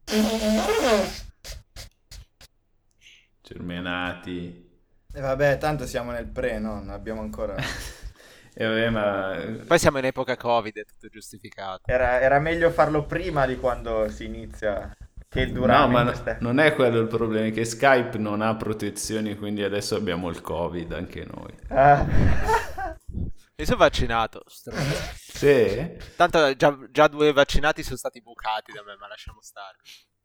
Cermenati. E vabbè, tanto siamo nel pre, no? Non abbiamo ancora... E vabbè, ma Poi siamo in epoca Covid, è tutto giustificato. Era meglio farlo prima di quando si inizia che no, durante ma queste... non è quello il problema, è che Skype non ha protezioni, quindi adesso abbiamo il Covid anche noi. Ah. Io sono vaccinato. Sì? Tanto già 2 vaccinati sono stati bucati da me, ma lasciamo stare.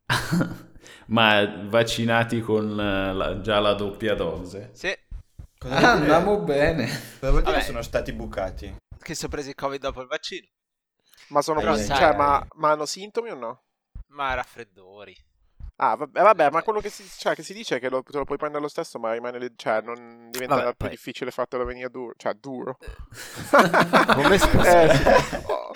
Ma vaccinati con già la doppia dose? Sì, Cosa vuol dire? Andiamo bene. Cosa vuol dire Vabbè. sono stati bucati? che sono presi il Covid dopo il vaccino. Ma sono Però cioè, sai- ma hanno sintomi o no? Ma raffreddori. Ah, vabbè, ma quello che si dice è che te lo puoi prendere lo stesso, ma rimane, cioè, non diventa Vabbè, più poi- difficile fartelo venire duro, cioè, duro. Come si può Sì.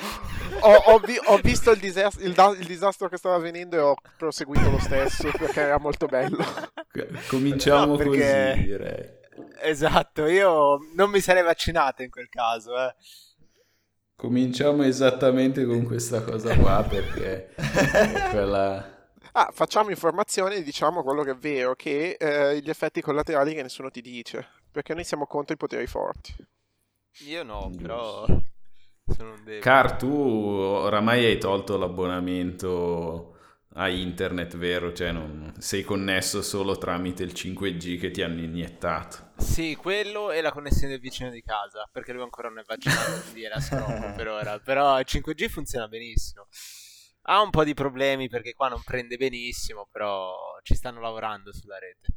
Ho visto il disastro che stava avvenendo e ho proseguito lo stesso perché era molto bello. Cominciamo No, perché- così, direi. Esatto, io non mi sarei vaccinato in quel caso, Cominciamo esattamente con questa cosa qua perché è quella... Ah, facciamo informazioni e diciamo quello che è vero, che gli effetti collaterali che nessuno ti dice, perché noi siamo contro i poteri forti. Io no, però sono un debole. Car, tu oramai hai tolto l'abbonamento a internet, vero? Cioè non sei connesso solo tramite il 5G che ti hanno iniettato. Sì, quello e la connessione del vicino di casa, perché lui ancora non è vaccinato, quindi era scromo per ora. Però il 5G funziona benissimo. Ha un po' di problemi perché qua non prende benissimo, però ci stanno lavorando sulla rete.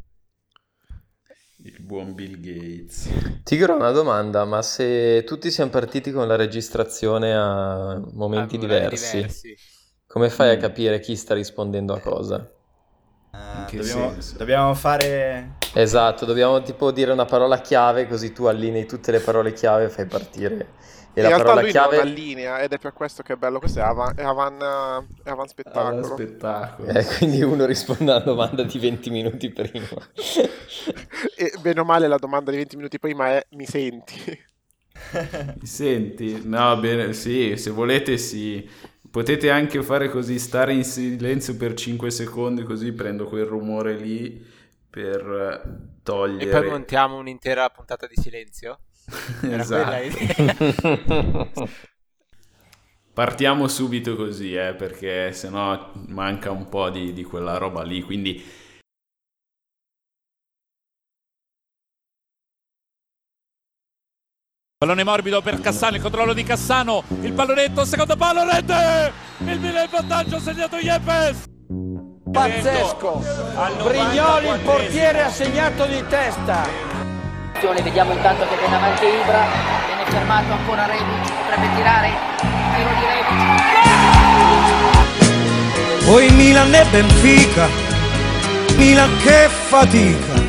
Il buon Bill Gates. Tigro, una domanda, ma se tutti siamo partiti con la registrazione a momenti A orari diversi, come fai a Mm. capire chi sta rispondendo a cosa? In che dobbiamo, senso? dobbiamo fare... Esatto, dobbiamo tipo dire una parola chiave, così tu allinei tutte le parole chiave e fai partire. E In la realtà parola lui chiave... non allinea ed è per questo che è bello, questo è Avan Spettacolo. Spettacolo. Quindi uno risponde alla domanda di 20 minuti prima. E bene o male la domanda di 20 minuti prima è: mi senti? Mi senti? No, bene, sì, se volete sì. Potete anche fare così, stare in silenzio per 5 secondi, così prendo quel rumore lì per E togliere... poi montiamo un'intera puntata di silenzio? Era quella Esatto. l'idea. Partiamo subito così, perché sennò manca un po' di quella roba lì, quindi... Pallone morbido per Cassano, il controllo di Cassano, il pallonetto, secondo palo, rete! Il Milan in vantaggio, ha segnato Yepes! Pazzesco! Brignoli, il portiere, ha segnato di testa. Vediamo intanto che viene avanti Ibra, viene fermato ancora Rebic, potrebbe tirare, tiro di Rebic. Poi Milan e Benfica, Milan che fatica.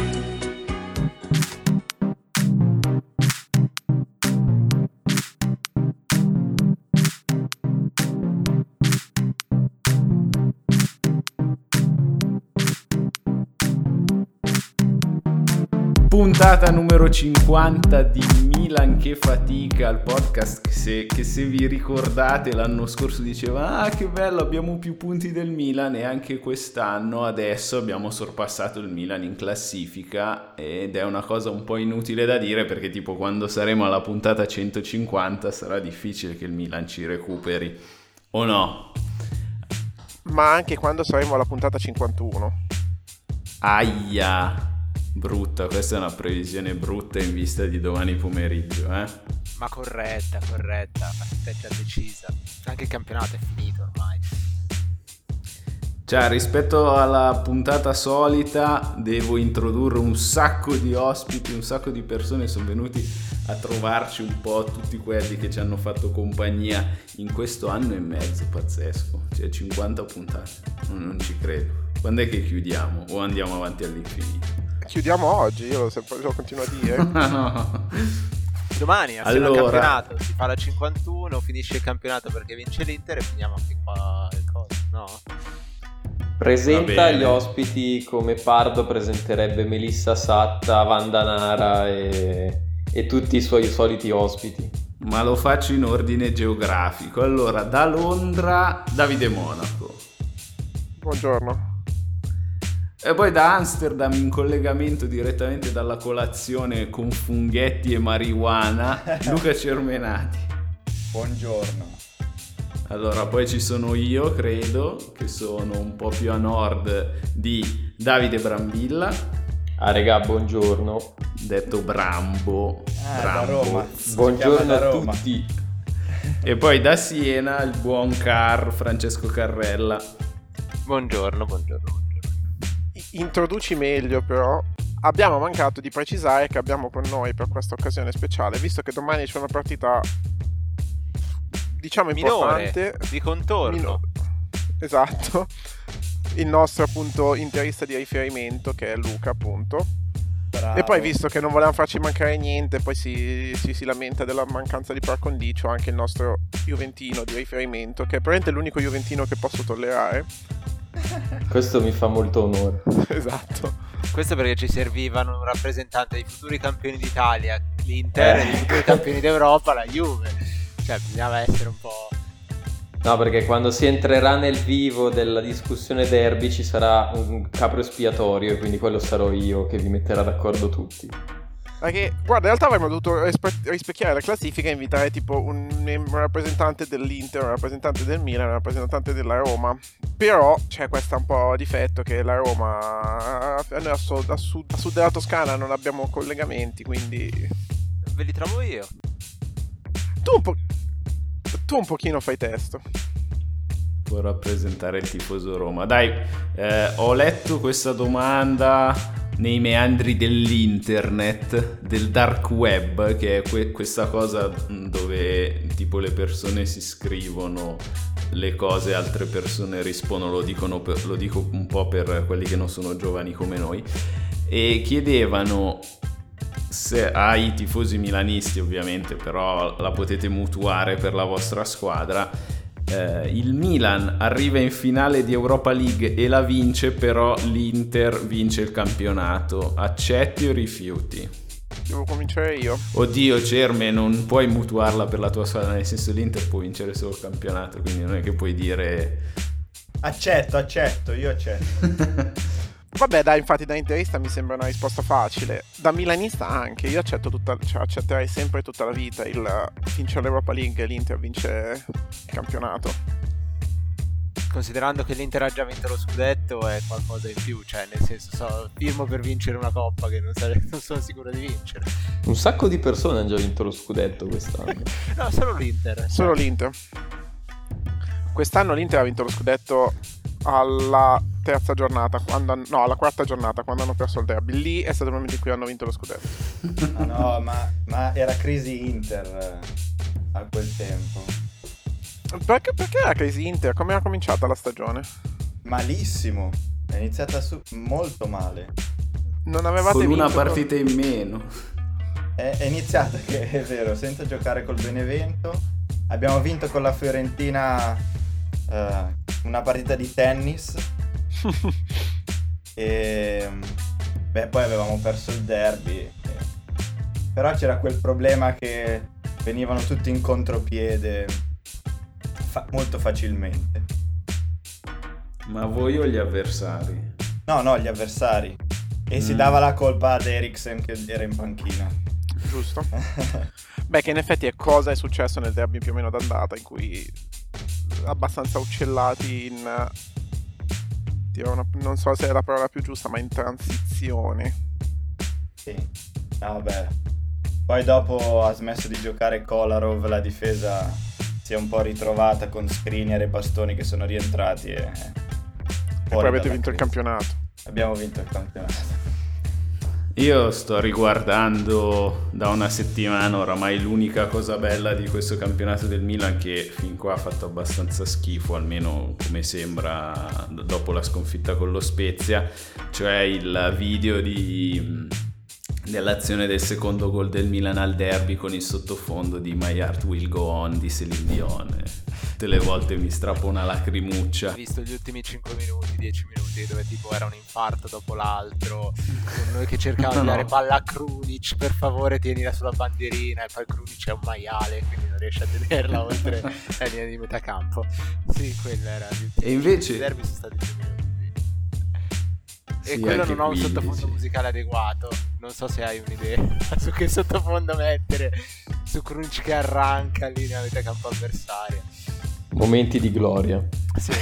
Puntata numero 50 di Milan che fatica, il podcast che se vi ricordate l'anno scorso diceva che bello, abbiamo più punti del Milan, e anche quest'anno adesso abbiamo sorpassato il Milan in classifica, ed è una cosa un po' inutile da dire perché tipo quando saremo alla puntata 150 sarà difficile che il Milan ci recuperi, o no? Ma anche quando saremo alla puntata 51. Aia, brutta, questa è una previsione brutta in vista di domani pomeriggio, Ma corretta, la partita è già decisa. Anche il campionato è finito ormai. Cioè, rispetto alla puntata solita devo introdurre un sacco di ospiti, un sacco di persone sono venuti a trovarci, un po' tutti quelli che ci hanno fatto compagnia in questo anno e mezzo, pazzesco, cioè 50 puntate, non ci credo. Quando è che chiudiamo o andiamo avanti all'infinito? Chiudiamo oggi, io lo continuo a dire. No. Domani a fine Allora. campionato si fa la 51, finisce il campionato perché vince l'Inter e finiamo anche qua il coso, no? Presenta Va bene. gli ospiti come Pardo presenterebbe Melissa Satta, Vandanara e tutti i suoi soliti ospiti. Ma lo faccio in ordine geografico. Allora, da Londra, Davide Monaco. Buongiorno. E poi da Amsterdam, in collegamento direttamente dalla colazione con funghetti e marijuana, Luca Cermenati. Buongiorno. Allora, poi ci sono io, credo, che sono un po' più a nord di Davide Brambilla. Ah, regà, buongiorno. Detto Brambo. Da Roma. Buongiorno a Roma. tutti. E poi da Siena il buon Francesco Carrella. Buongiorno. Introduci meglio, però. Abbiamo mancato di precisare che abbiamo con noi per questa occasione speciale, visto che domani c'è una partita, diciamo, minore, importante. di contorno. Esatto. Il nostro, appunto, interista di riferimento, che è Luca, appunto. Bravo. E poi, visto che non volevamo farci mancare niente, poi si lamenta della mancanza di par condicio anche il nostro juventino di riferimento, che è probabilmente l'unico juventino che posso tollerare. Questo mi fa molto onore. Esatto. Questo perché ci servivano un rappresentante dei futuri campioni d'Italia, l'Inter, e dei futuri campioni d'Europa, la Juve. Cioè, bisognava essere un po'... No, perché quando si entrerà nel vivo della discussione derby ci sarà un capro espiatorio, e quindi quello sarò io che vi metterà d'accordo tutti. Perché, guarda, in realtà avremmo dovuto rispecchiare la classifica e invitare tipo un rappresentante dell'Inter, un rappresentante del Milan, un rappresentante della Roma. Però c'è questo un po' difetto che la Roma, noi a sud della Toscana non abbiamo collegamenti, quindi... Ve li trovo io. Tu un pochino fai testo. Può rappresentare il tifoso Roma. Dai, ho letto questa domanda nei meandri dell'internet, del dark web, che è questa cosa dove tipo le persone si scrivono le cose, altre persone rispondono, lo dico un po' per quelli che non sono giovani come noi, e chiedevano ai tifosi milanisti, ovviamente, però la potete mutuare per la vostra squadra. Il Milan arriva in finale di Europa League e la vince, però l'Inter vince il campionato. Accetti o rifiuti? Devo cominciare io. Oddio, Cerme, non puoi mutuarla per la tua squadra, nel senso l'Inter può vincere solo il campionato, quindi non è che puoi dire... Accetto, io accetto. Vabbè, dai, infatti da interista mi sembra una risposta facile. Da milanista anche, io accetterei sempre tutta la vita il vincere l'Europa League e l'Inter vince il campionato. Considerando che l'Inter ha già vinto lo scudetto è qualcosa in più, cioè nel senso firmo per vincere una coppa che non sono sicuro di vincere. Un sacco di persone hanno già vinto lo scudetto quest'anno. No, solo l'Inter. Solo l'Inter. Quest'anno l'Inter ha vinto lo scudetto alla terza giornata, alla quarta giornata, quando hanno perso il derby. Lì è stato il momento in cui hanno vinto lo scudetto. No, ma era crisi Inter a quel tempo. Perché era crisi Inter? Come era cominciata la stagione? Malissimo. È iniziata molto male. Non avevate con vinto una partita in meno. È iniziata, che è vero, senza giocare col Benevento. Abbiamo vinto con la Fiorentina una partita di tennis. E poi avevamo perso il derby. Però c'era quel problema che venivano tutti in contropiede molto facilmente. Ma voi o gli avversari? No, gli avversari. E si dava la colpa ad Eriksen che era in panchina. Giusto. Beh, che in effetti è cosa è successo nel derby più o meno d'andata, in cui abbastanza uccellati non so se è la parola più giusta, ma in transizione. Sì. Vabbè. Poi dopo ha smesso di giocare Kolarov, la difesa si è un po' ritrovata con Skriniar e Bastoni che sono rientrati e poi avete vinto il campionato. Abbiamo vinto il campionato. Io sto riguardando da una settimana oramai l'unica cosa bella di questo campionato del Milan, che fin qua ha fatto abbastanza schifo, almeno come sembra dopo la sconfitta con lo Spezia, cioè il video dell'azione del secondo gol del Milan al derby con il sottofondo di My Heart Will Go On di Celine Dion. Tutte le volte mi strappo una lacrimuccia. Ho visto gli ultimi 5 minuti, 10 minuti dove tipo era un infarto dopo l'altro, con noi che cercavano di dare palla a Krunic, per favore tienila sulla bandierina, e poi Krunic è un maiale quindi non riesce a tenerla oltre la linea di metà campo. Sì, quella era. E invece i derby sono stati 2 minuti. E Sì, quello anche non ha un quindi, sottofondo sì. musicale adeguato. Non so se hai un'idea su che sottofondo mettere su Krunic che arranca lì nella metà campo avversaria. Momenti di gloria. Sì.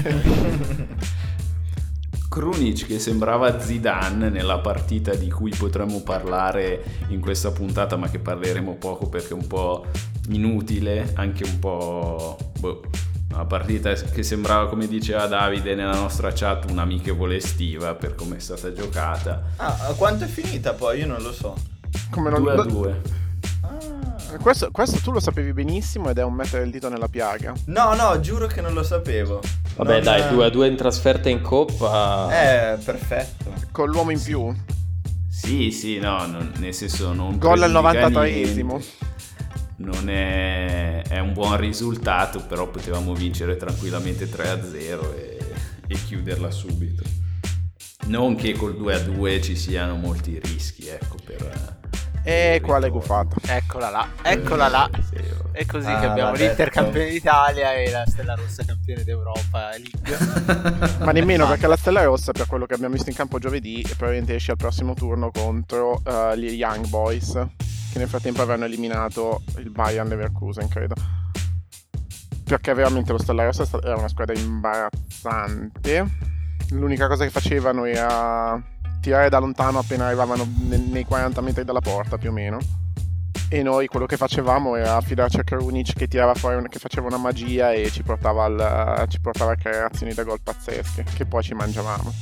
Krunic che sembrava Zidane nella partita di cui potremmo parlare in questa puntata, ma che parleremo poco perché è un po' inutile, anche un po'... una partita che sembrava, come diceva Davide nella nostra chat, un'amichevole estiva per come è stata giocata. Ah, quanto è finita poi? Io non lo so. Come non... 2-2. Questo tu lo sapevi benissimo ed è un mettere il dito nella piaga. No, giuro che non lo sapevo. Vabbè, Non- dai, 2-2 in trasferta in Coppa. Perfetto. Con l'uomo in più. Sì, no, nel senso non Gol al pregiudica 93esimo. niente. Non è un buon risultato, però potevamo vincere tranquillamente 3-0 e chiuderla subito. Non che col 2-2 ci siano molti rischi, ecco, per Quale gufata. Eccola là. Sì, È così Ah, che abbiamo l'ha l'Inter detto. campione d'Italia e la Stella Rossa campione d'Europa League. Ma nemmeno, perché la Stella Rossa, per quello che abbiamo visto in campo giovedì, probabilmente esce al prossimo turno contro gli Young Boys, che nel frattempo avranno eliminato il Bayern Leverkusen, credo. Perché veramente lo Stella Rossa era una squadra imbarazzante. L'unica cosa che facevano era tirare da lontano appena arrivavano nei 40 metri dalla porta, più o meno. E noi quello che facevamo era affidarci a Krunic che tirava fuori, che faceva una magia e ci portava a creare azioni da gol pazzesche, che poi ci mangiavamo.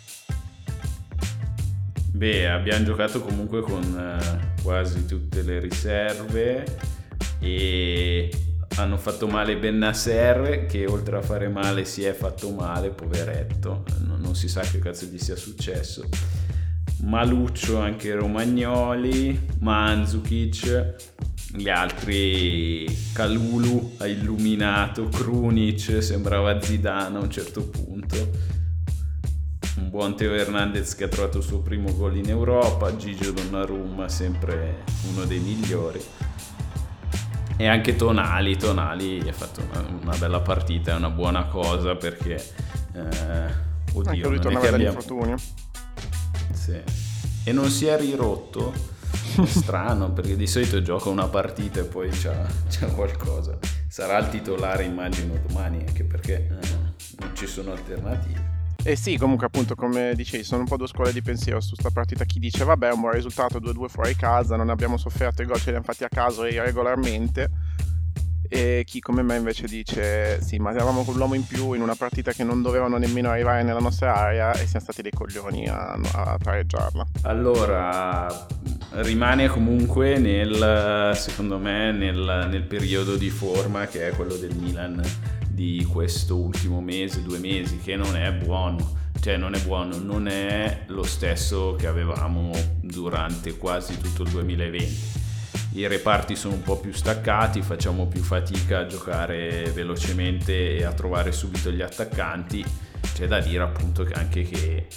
Beh, abbiamo giocato comunque con quasi tutte le riserve e hanno fatto male Bennacer, che oltre a fare male si è fatto male, poveretto, non si sa che cazzo gli sia successo. Maluccio, anche Romagnoli, Mandzukic, gli altri Kalulu ha illuminato, Krunic sembrava Zidane a un certo punto. Un buon Teo Hernandez che ha trovato il suo primo gol in Europa, Gigio Donnarumma sempre uno dei migliori, e anche Tonali ha fatto una bella partita, è una buona cosa perché oddio, Anche lui non è tornava che dall'infortunio. sì. E non si è rirotto. È strano perché di solito gioca una partita e poi c'ha qualcosa. Sarà il titolare, immagino, domani, anche perché non ci sono alternative. E sì, comunque appunto come dicevi sono un po' due scuole di pensiero su sta partita. Chi dice vabbè, un buon risultato, 2-2 fuori casa, non abbiamo sofferto, i gol ce li hanno fatti a caso e regolarmente. E chi come me invece dice sì, ma eravamo con l'uomo in più in una partita che non dovevano nemmeno arrivare nella nostra area e siamo stati dei coglioni a pareggiarla. Allora, rimane comunque secondo me nel periodo di forma che è quello del Milan di questo ultimo mese, 2 mesi, che non è buono. Cioè non è lo stesso che avevamo durante quasi tutto il 2020. I reparti sono un po' più staccati, facciamo più fatica a giocare velocemente e a trovare subito gli attaccanti. C'è da dire appunto che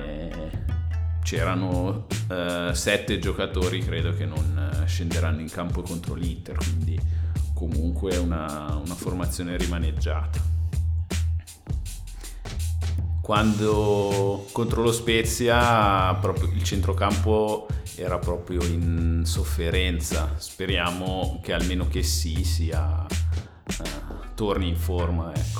c'erano 7 giocatori, credo, che non scenderanno in campo contro l'Inter, quindi comunque una formazione rimaneggiata. Quando contro lo Spezia proprio il centrocampo era proprio in sofferenza. Speriamo che almeno che torni in forma, ecco.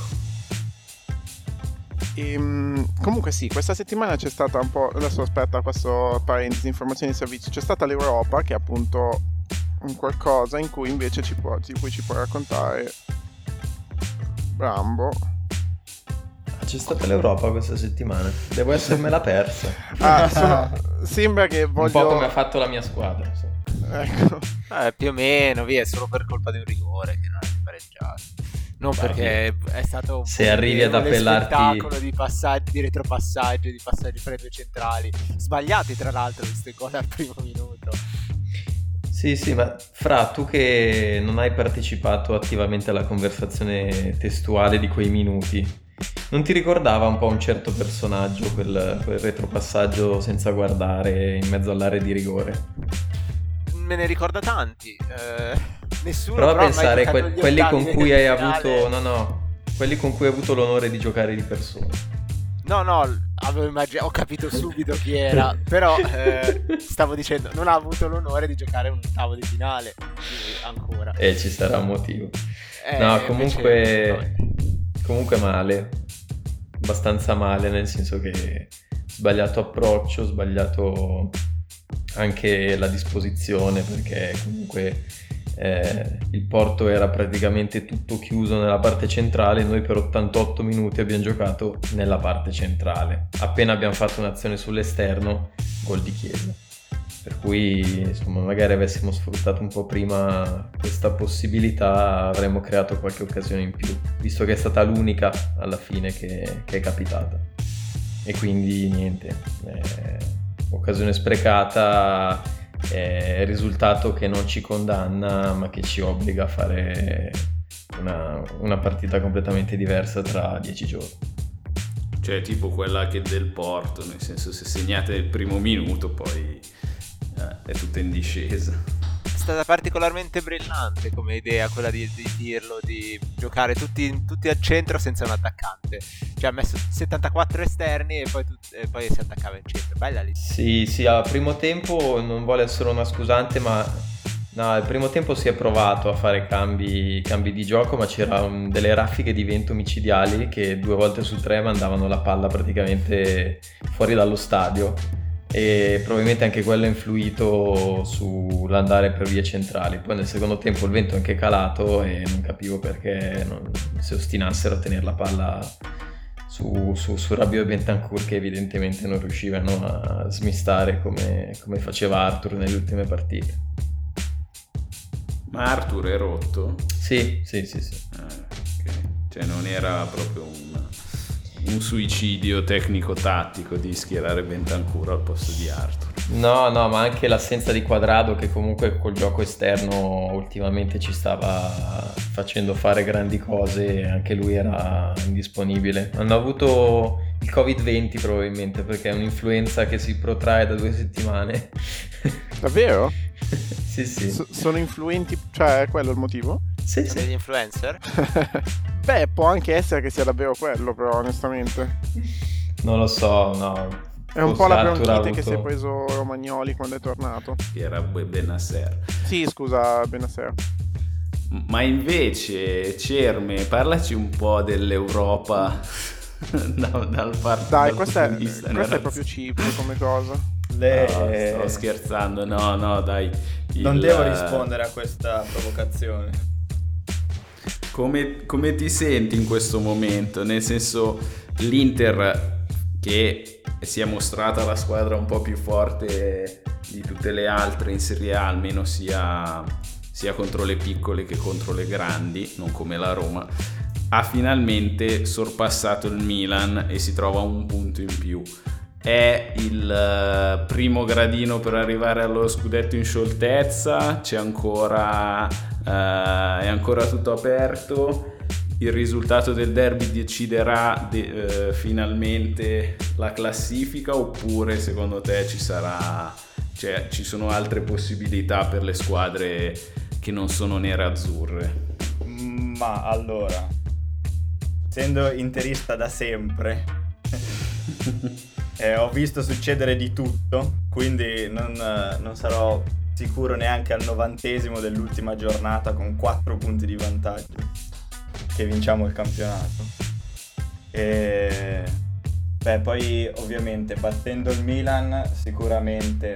Comunque sì, questa settimana c'è stata un po', adesso aspetta, questo parentesi, informazioni di servizio, c'è stata l'Europa che è appunto un qualcosa in cui invece ci può raccontare Brambo. C'è stata l'Europa questa settimana, devo essermela persa. Sembra che Un po' come ha fatto la mia squadra, insomma. Ecco. Più o meno, via, è solo per colpa di un rigore che non è pareggiato. Non perché è stato se arrivi ad appellarti spettacolo di passaggi, di retropassaggio, di passaggi fra i due centrali sbagliati, tra l'altro, queste cose al primo minuto. Sì, ma Fra, tu che non hai partecipato attivamente alla conversazione testuale di quei minuti, non ti ricordava un po' un certo personaggio quel retropassaggio senza guardare in mezzo all'area di rigore? Me ne ricorda tanti. Nessuno Prova a però pensare ha mai toccato gli quelli ottavi con cui hai nel finale. avuto quelli con cui hai avuto l'onore di giocare di persona. No, ho capito subito chi era, però stavo dicendo, non ha avuto l'onore di giocare un ottavo di finale ancora. E ci sarà un motivo. No, comunque male, abbastanza male, nel senso che sbagliato approccio, sbagliato anche la disposizione, perché comunque il Porto era praticamente tutto chiuso nella parte centrale, noi per 88 minuti abbiamo giocato nella parte centrale. Appena abbiamo fatto un'azione sull'esterno, gol di Chiesa. Per cui, insomma, magari avessimo sfruttato un po' prima questa possibilità, avremmo creato qualche occasione in più, visto che è stata l'unica alla fine che è capitata. E quindi niente, occasione sprecata, risultato che non ci condanna ma che ci obbliga a fare una partita completamente diversa tra 10 giorni. Cioè tipo quella che del Porto, nel senso, se segnate il primo minuto poi è tutta in discesa. È stata particolarmente brillante come idea quella di dirlo, di giocare tutti al centro senza un attaccante. Cioè ha messo 74 esterni e poi si attaccava in centro. Bella lì. Sì, al primo tempo non vuole essere una scusante, ma no, al primo tempo si è provato a fare cambi di gioco, ma c'era delle raffiche di vento micidiali che 2 volte su 3 mandavano la palla praticamente fuori dallo stadio. E probabilmente anche quello ha influito sull'andare per vie centrali. Poi nel secondo tempo il vento è anche calato e non capivo perché non si ostinassero a tenere la palla su Rabiot e Bentancur, che evidentemente non riuscivano a smistare come faceva Arthur nelle ultime partite. Ma Arthur è rotto? Sì. Okay. Cioè non era proprio un suicidio tecnico-tattico di schierare Bentancur al posto di Arthur. No, ma anche l'assenza di Quadrado, che comunque col gioco esterno ultimamente ci stava facendo fare grandi cose, e anche lui era indisponibile. Hanno avuto il Covid-20 probabilmente, perché è un'influenza che si protrae da 2 settimane. Davvero? Sì. Sono influenti, cioè è quello il motivo? Sì. Degli influencer? Beh, può anche essere che sia davvero quello, però onestamente non lo so, no. È un po' la bronchite che si è preso Romagnoli quando è tornato. Che era Benasser. Sì, scusa, Benasser. Ma invece, Cerme, parlaci un po' dell'Europa dal Dai, questa è proprio cheap come cosa. Sto scherzando, no, dai. Non devo rispondere a questa provocazione. Come ti senti in questo momento? Nel senso, l'Inter, che si è mostrata la squadra un po' più forte di tutte le altre in Serie A, almeno sia contro le piccole che contro le grandi, non come la Roma, ha finalmente sorpassato il Milan e si trova un punto in più. È il primo gradino per arrivare allo scudetto in scioltezza, è ancora tutto aperto. Il risultato del derby deciderà finalmente la classifica, oppure secondo te ci sono altre possibilità per le squadre che non sono nere-azzurre? Ma allora, essendo interista da sempre ho visto succedere di tutto, quindi non sarò sicuro neanche al 90° dell'ultima giornata con 4 punti di vantaggio che vinciamo il campionato. E poi ovviamente battendo il Milan sicuramente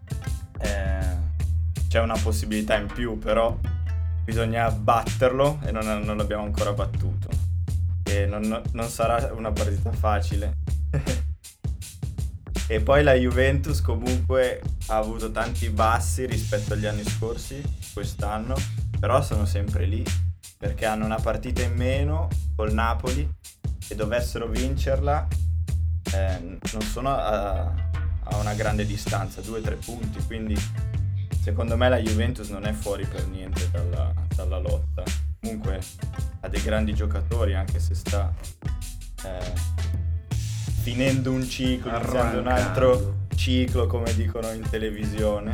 c'è una possibilità in più, però bisogna batterlo e non l'abbiamo ancora battuto, e non sarà una partita facile. E poi la Juventus comunque ha avuto tanti bassi rispetto agli anni scorsi, quest'anno, però sono sempre lì, perché hanno una partita in meno col Napoli e dovessero vincerla non sono a una grande distanza, 2-3 punti, quindi secondo me la Juventus non è fuori per niente dalla lotta. Comunque ha dei grandi giocatori, anche se sta finendo un ciclo, iniziando un altro ciclo, come dicono in televisione.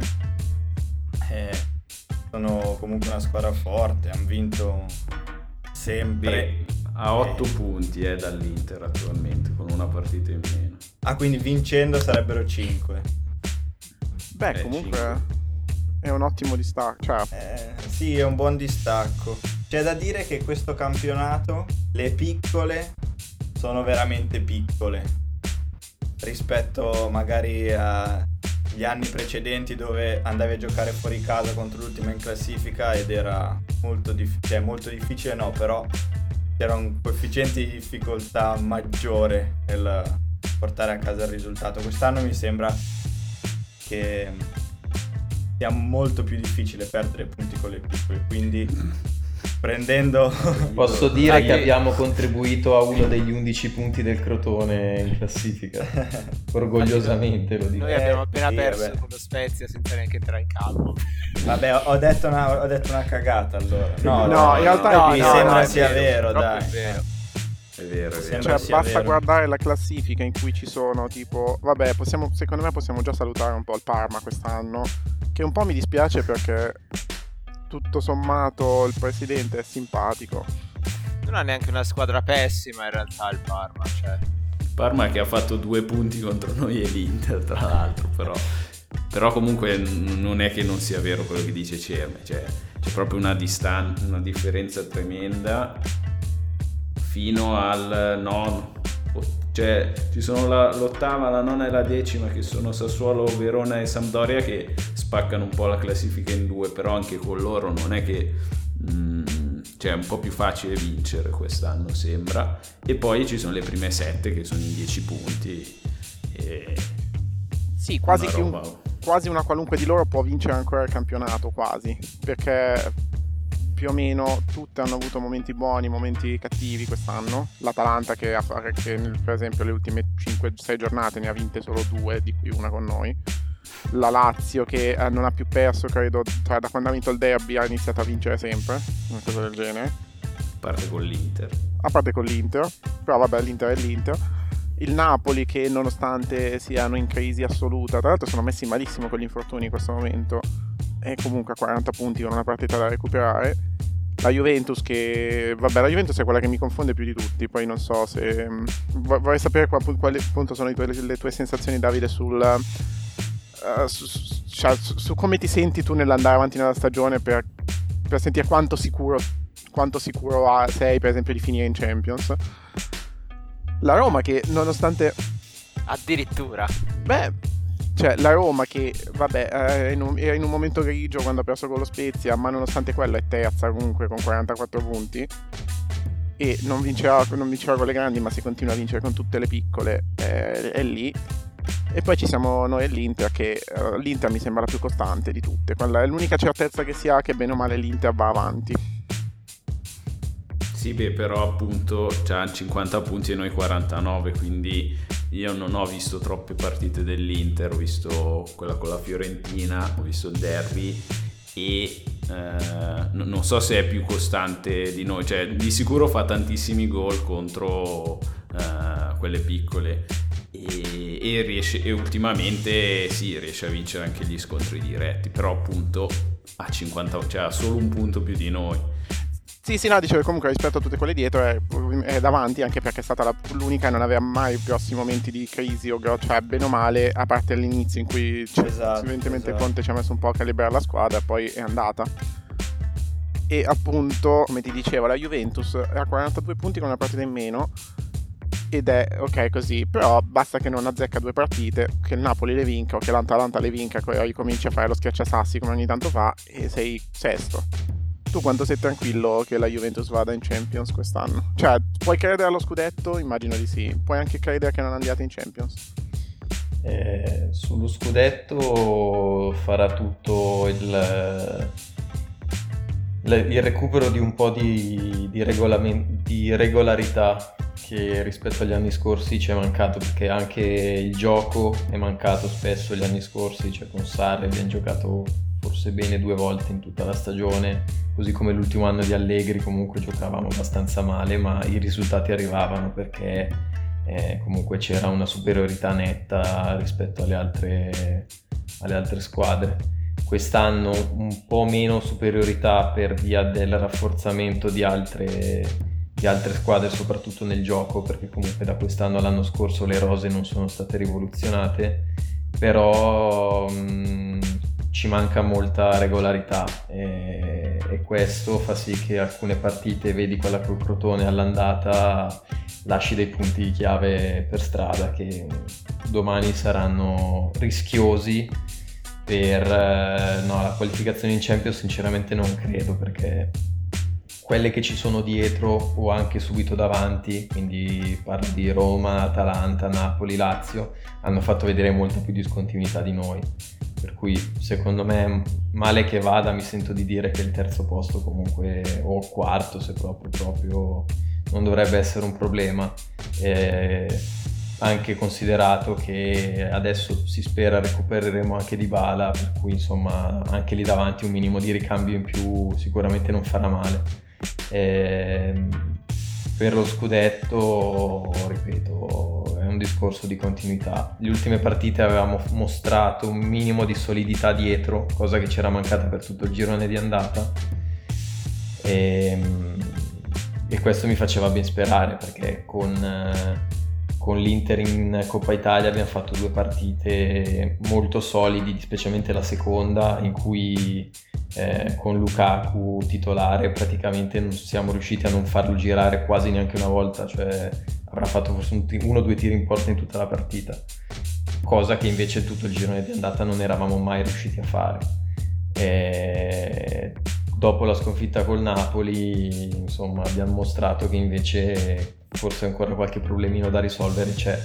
Sono comunque una squadra forte, hanno vinto sempre. a 8 punti dall'Inter attualmente, con una partita in meno. Quindi vincendo sarebbero 5. Beh, comunque 5. È un ottimo distacco, cioè. Sì, è un buon distacco. C'è da dire che questo campionato, le piccole sono veramente piccole rispetto magari agli anni precedenti, dove andavi a giocare fuori casa contro l'ultima in classifica ed era molto difficile, no, però c'era un coefficiente di difficoltà maggiore nel portare a casa il risultato. Quest'anno mi sembra che sia molto più difficile perdere punti con le piccole, quindi prendendo... Posso dire che abbiamo contribuito a uno degli 11 punti del Crotone in classifica, orgogliosamente lo dico. Noi abbiamo appena perso con lo Spezia senza neanche entrare in campo. Vabbè, ho detto una cagata allora. No, in realtà mi sembra sia vero, dai. È vero. Cioè, basta guardare la classifica in cui ci sono, tipo, vabbè, secondo me possiamo già salutare un po' il Parma quest'anno, che un po' mi dispiace perché tutto sommato il presidente è simpatico. Non ha neanche una squadra pessima in realtà il Parma, cioè. Il Parma che ha fatto 2 punti contro noi e l'Inter, tra l'altro, però comunque non è che non sia vero quello che dice Cerme, cioè c'è proprio una differenza tremenda fino al nono. Cioè ci sono l'ottava, la nona e la decima, che sono Sassuolo, Verona e Sampdoria, che spaccano un po' la classifica in due, però anche con loro non è che cioè è un po' più facile vincere quest'anno, sembra. E poi ci sono le prime 7 che sono in 10 punti sì, quasi una qualunque di loro può vincere ancora il campionato, quasi, perché più o meno tutte hanno avuto momenti buoni, momenti cattivi quest'anno. L'Atalanta che per esempio le ultime 5-6 giornate ne ha vinte solo 2, di cui una con noi. La Lazio che non ha più perso, credo, da quando ha vinto il derby ha iniziato a vincere sempre, una cosa del genere. A parte con l'Inter, però vabbè, l'Inter è l'Inter. Il Napoli che nonostante siano in crisi assoluta, tra l'altro sono messi malissimo con gli infortuni in questo momento, è comunque a 40 punti con una partita da recuperare. La Juventus che... Vabbè, la Juventus è quella che mi confonde più di tutti. Poi non so se... Vorrei sapere quali appunto sono le tue sensazioni, Davide, su come ti senti tu nell'andare avanti nella stagione, per sentire quanto sicuro sei, per esempio, di finire in Champions. La Roma che nonostante... Addirittura... Beh... Cioè, la Roma che, vabbè, era in un momento grigio quando ha perso con lo Spezia, ma nonostante quello è terza comunque con 44 punti e non vincerà con le grandi, ma se continua a vincere con tutte le piccole è lì. E poi ci siamo noi e l'Inter, che l'Inter mi sembra la più costante di tutte. Quella è l'unica certezza che si ha, che bene o male l'Inter va avanti. Sì, però appunto c'ha 50 punti e noi 49, quindi io non ho visto troppe partite dell'Inter, ho visto quella con la Fiorentina, ho visto il derby e non so se è più costante di noi, cioè di sicuro fa tantissimi gol contro quelle piccole e riesce, e ultimamente sì, riesce a vincere anche gli scontri diretti, però appunto a 50, cioè ha solo un punto più di noi. Sì, no, dicevo, comunque rispetto a tutte quelle dietro è davanti, anche perché è stata l'unica e non aveva mai grossi momenti di crisi, cioè bene o male, a parte all'inizio in cui evidentemente Conte ci ha messo un po' a calibrare la squadra, poi è andata. E appunto, come ti dicevo, la Juventus è a 42 punti con una partita in meno ed è ok così, però basta che non azzecca 2 partite, che il Napoli le vinca o che l'Atalanta le vinca, poi ricominci a fare lo schiacciasassi come ogni tanto fa e sei sesto. Tu quanto sei tranquillo che la Juventus vada in Champions quest'anno? Cioè, puoi credere allo scudetto? Immagino di sì. Puoi anche credere che non andiate in Champions? Sullo scudetto farà tutto il recupero di un po' di regolarità che rispetto agli anni scorsi ci è mancato, perché anche il gioco è mancato spesso gli anni scorsi, cioè con Sarri abbiamo giocato forse bene 2 volte in tutta la stagione, così come l'ultimo anno di Allegri comunque giocavamo abbastanza male, ma i risultati arrivavano perché comunque c'era una superiorità netta rispetto alle altre squadre. Quest'anno un po' meno superiorità per via del rafforzamento di altre di altre squadre, soprattutto nel gioco, perché comunque da quest'anno all'anno scorso le rose non sono state rivoluzionate, però ci manca molta regolarità e questo fa sì che alcune partite, vedi quella col Crotone all'andata, lasci dei punti chiave per strada che domani saranno rischiosi per la qualificazione in Champions. Sinceramente non credo, perché quelle che ci sono dietro o anche subito davanti, quindi parlo di Roma, Atalanta, Napoli, Lazio, hanno fatto vedere molta più discontinuità di noi, per cui secondo me, male che vada, mi sento di dire che il terzo posto comunque, o quarto se proprio non dovrebbe essere un problema, anche considerato che adesso si spera recupereremo anche Dybala, per cui insomma anche lì davanti un minimo di ricambio in più sicuramente non farà male. Per lo scudetto, ripeto, è un discorso di continuità. Le ultime partite avevamo mostrato un minimo di solidità dietro, cosa che c'era mancata per tutto il girone di andata, e questo mi faceva ben sperare, perché con l'Inter in Coppa Italia abbiamo fatto 2 partite molto solidi, specialmente la seconda, in cui con Lukaku titolare praticamente non siamo riusciti a non farlo girare quasi neanche una volta, cioè avrà fatto forse 1 o 2 tiri in porta in tutta la partita, cosa che invece in tutto il girone di andata non eravamo mai riusciti a fare. Dopo la sconfitta col Napoli, insomma, abbiamo mostrato che invece forse ancora qualche problemino da risolvere c'è,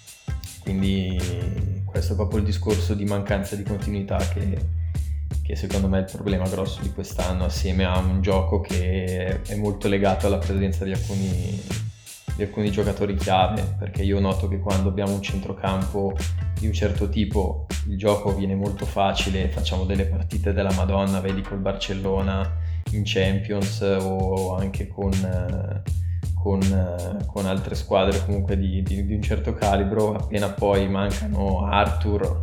quindi questo è proprio il discorso di mancanza di continuità che secondo me è il problema grosso di quest'anno, assieme a un gioco che è molto legato alla presenza di alcuni giocatori chiave, perché io noto che quando abbiamo un centrocampo di un certo tipo il gioco viene molto facile, facciamo delle partite della Madonna, vedi col Barcellona in Champions o anche con altre squadre comunque di un certo calibro. Appena poi mancano Arthur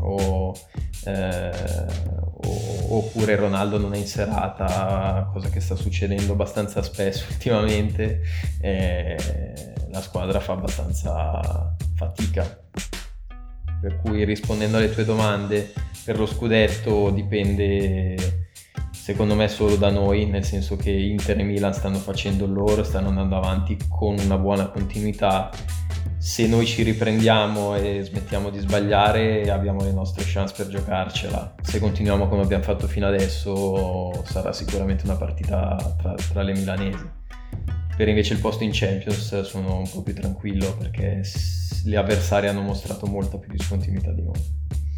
oppure Ronaldo non è in serata, cosa che sta succedendo abbastanza spesso ultimamente, la squadra fa abbastanza fatica. Per cui, rispondendo alle tue domande, per lo scudetto dipende secondo me solo da noi, nel senso che Inter e Milan stanno facendo il loro, stanno andando avanti con una buona continuità. Se noi ci riprendiamo e smettiamo di sbagliare, abbiamo le nostre chance per giocarcela. Se continuiamo come abbiamo fatto fino adesso, sarà sicuramente una partita tra le milanesi. Per invece il posto in Champions sono un po' più tranquillo, perché gli avversari hanno mostrato molta più discontinuità di noi.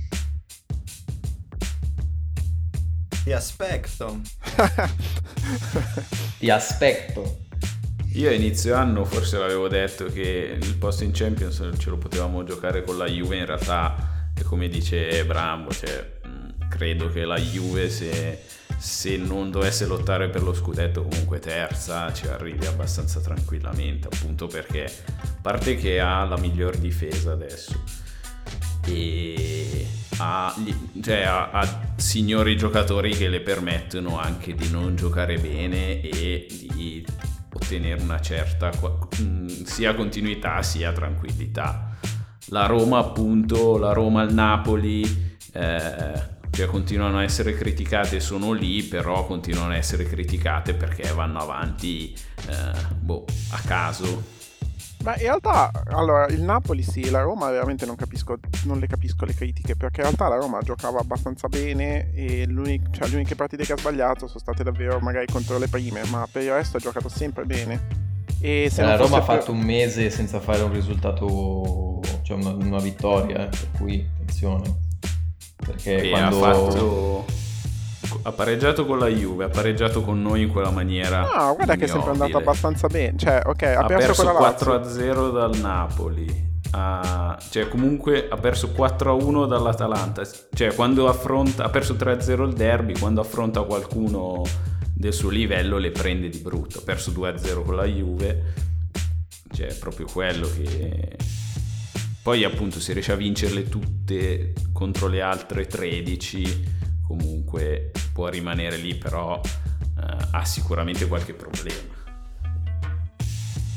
Ti aspetto. Ti aspetto. Io a inizio anno forse l'avevo detto che il posto in Champions ce lo potevamo giocare con la Juve, in realtà è come dice Brambo, cioè, credo che la Juve se non dovesse lottare per lo scudetto comunque terza ci arrivi abbastanza tranquillamente, appunto perché a parte che ha la miglior difesa adesso e ha signori giocatori che le permettono anche di non giocare bene e di ottenere una certa sia continuità sia tranquillità. La Roma appunto, la Roma, il Napoli cioè continuano a essere criticate, sono lì, però continuano a essere criticate perché vanno avanti a caso. Ma in realtà, allora, il Napoli sì, la Roma veramente non le capisco le critiche, perché in realtà la Roma giocava abbastanza bene e le uniche partite che ha sbagliato sono state davvero magari contro le prime, ma per il resto ha giocato sempre bene. E se la Roma ha fatto un mese senza fare un risultato, cioè una vittoria, per cui attenzione, perché ha pareggiato con la Juve, ha pareggiato con noi in quella maniera. No, guarda che è sempre andato abbastanza bene. Cioè, ok, ha perso 4-0 dal Napoli. Cioè, comunque ha perso 4-1 dall'Atalanta. Cioè, quando ha perso 3-0 il derby, quando affronta qualcuno del suo livello le prende di brutto. Ha perso 2-0 con la Juve. Cioè, è proprio quello che. Poi, appunto, se riesce a vincerle tutte contro le altre 13. Comunque può rimanere lì, però ha sicuramente qualche problema.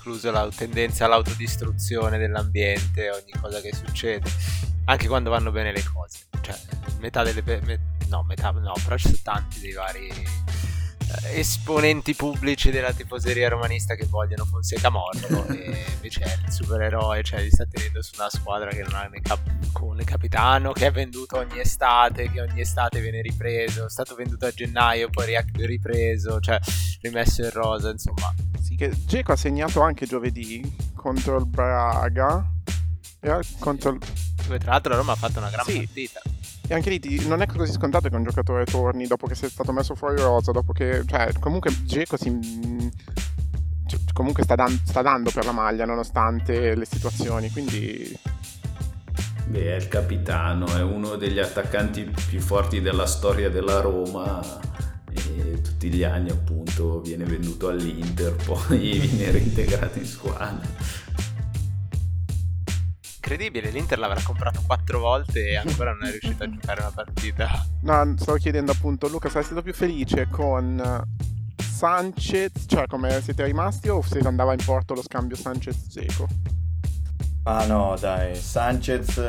incluso la tendenza all'autodistruzione dell'ambiente, ogni cosa che succede, anche quando vanno bene le cose. Cioè, metà, però ci sono tanti dei vari esponenti pubblici della tifoseria romanista che vogliono Fonseca morto e invece è il supereroe, cioè li sta tenendo su una squadra che non ha né capitano, che è venduto ogni estate, che ogni estate viene ripreso, è stato venduto a gennaio, poi ripreso, cioè rimesso in rosa, insomma. Sì, che Dzeko ha segnato anche giovedì contro il Braga, dove tra l'altro la Roma ha fatto una gran partita. E anche lì non è così scontato che un giocatore torni dopo che sia stato messo fuori rosa, dopo che, cioè, comunque Dzeko comunque sta dando per la maglia nonostante le situazioni, quindi è il capitano, è uno degli attaccanti più forti della storia della Roma e tutti gli anni appunto viene venduto all'Inter, poi viene reintegrato in squadra. Incredibile, l'Inter l'avrà comprato 4 volte e ancora non è riuscito a giocare una partita. No, stavo chiedendo appunto, Luca, sei stato più felice con Sanchez, cioè come siete rimasti, o se andava in porto lo scambio Sanchez-Dzeko? Ah no, dai, Sanchez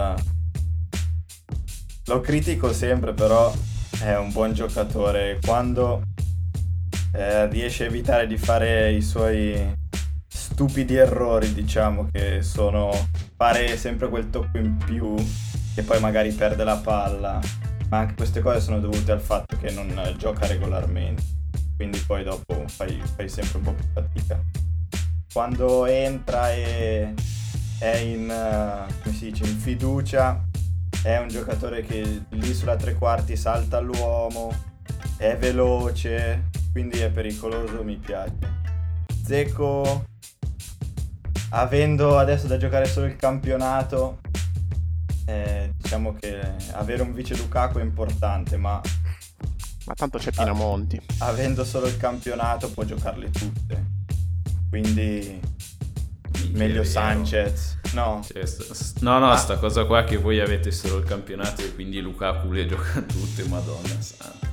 lo critico sempre, però è un buon giocatore. Quando riesce a evitare di fare i suoi stupidi errori, diciamo, che sono fare sempre quel tocco in più e poi magari perde la palla, ma anche queste cose sono dovute al fatto che non gioca regolarmente, quindi poi dopo fai sempre un po' più fatica. Quando entra e è in come si dice, in fiducia, è un giocatore che lì sulla tre quarti salta all'uomo, è veloce, quindi è pericoloso, mi piace. Dzeko, avendo adesso da giocare solo il campionato, diciamo che avere un vice Lukaku è importante, ma tanto c'è Pinamonti. Avendo solo il campionato può giocarle tutte, quindi meglio Sanchez. No, sta cosa qua che voi avete solo il campionato e quindi Lukaku le gioca tutte, madonna santa.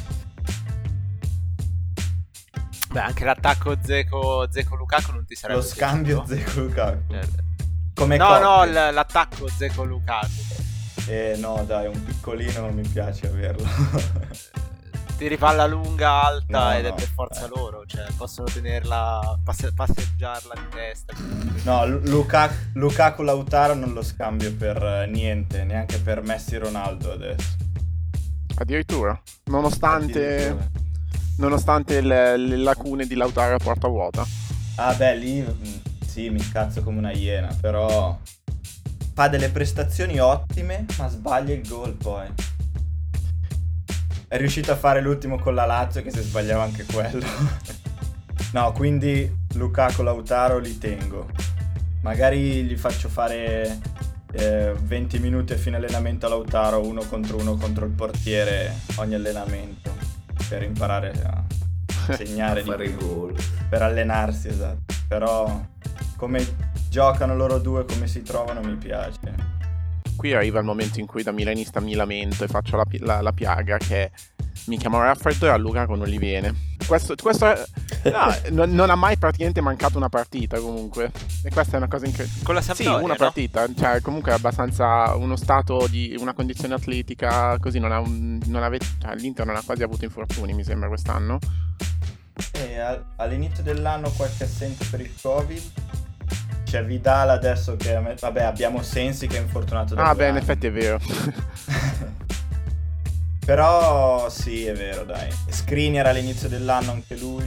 Beh, anche l'attacco Dzeko-Lukaku non ti sarebbe lo scambio Dzeko-Lukaku. Come no, l'attacco Dzeko-Lukaku. No, dai, un piccolino non mi piace averlo. Tiri palla lunga, alta, ed è per forza loro, cioè possono tenerla, passeggiarla di testa. No, Lukaku Lautaro non lo scambio per niente, neanche per Messi Ronaldo adesso. Addirittura? Nonostante le lacune di Lautaro a porta vuota. Ah beh, lì sì, mi incazzo come una iena, però fa delle prestazioni ottime, ma sbaglia il gol poi. È riuscito a fare l'ultimo con la Lazio, che se sbagliava anche quello. No, quindi Lukaku Lautaro li tengo. Magari gli faccio fare 20 minuti a fine allenamento a Lautaro, 1 contro il portiere ogni allenamento, per imparare a segnare, a fare gol, per allenarsi, esatto. Però come giocano loro due, come si trovano, mi piace. Qui arriva il momento in cui da milanista mi lamento e faccio la piaga che mi chiamo raffreddo e a Lukaku non gli viene. Questo non ha mai praticamente mancato una partita comunque, e questa è una cosa incredibile. Con la Sampdoria, sì, una partita, cioè comunque è abbastanza uno stato di una condizione atletica così, cioè, l'Inter non ha quasi avuto infortuni, mi sembra, quest'anno. All'inizio dell'anno qualche assente per il Covid. C'è Vidal adesso che vabbè, abbiamo Sensi che è infortunato da in effetti è vero. Però sì, è vero, dai. Skriniar all'inizio dell'anno anche lui.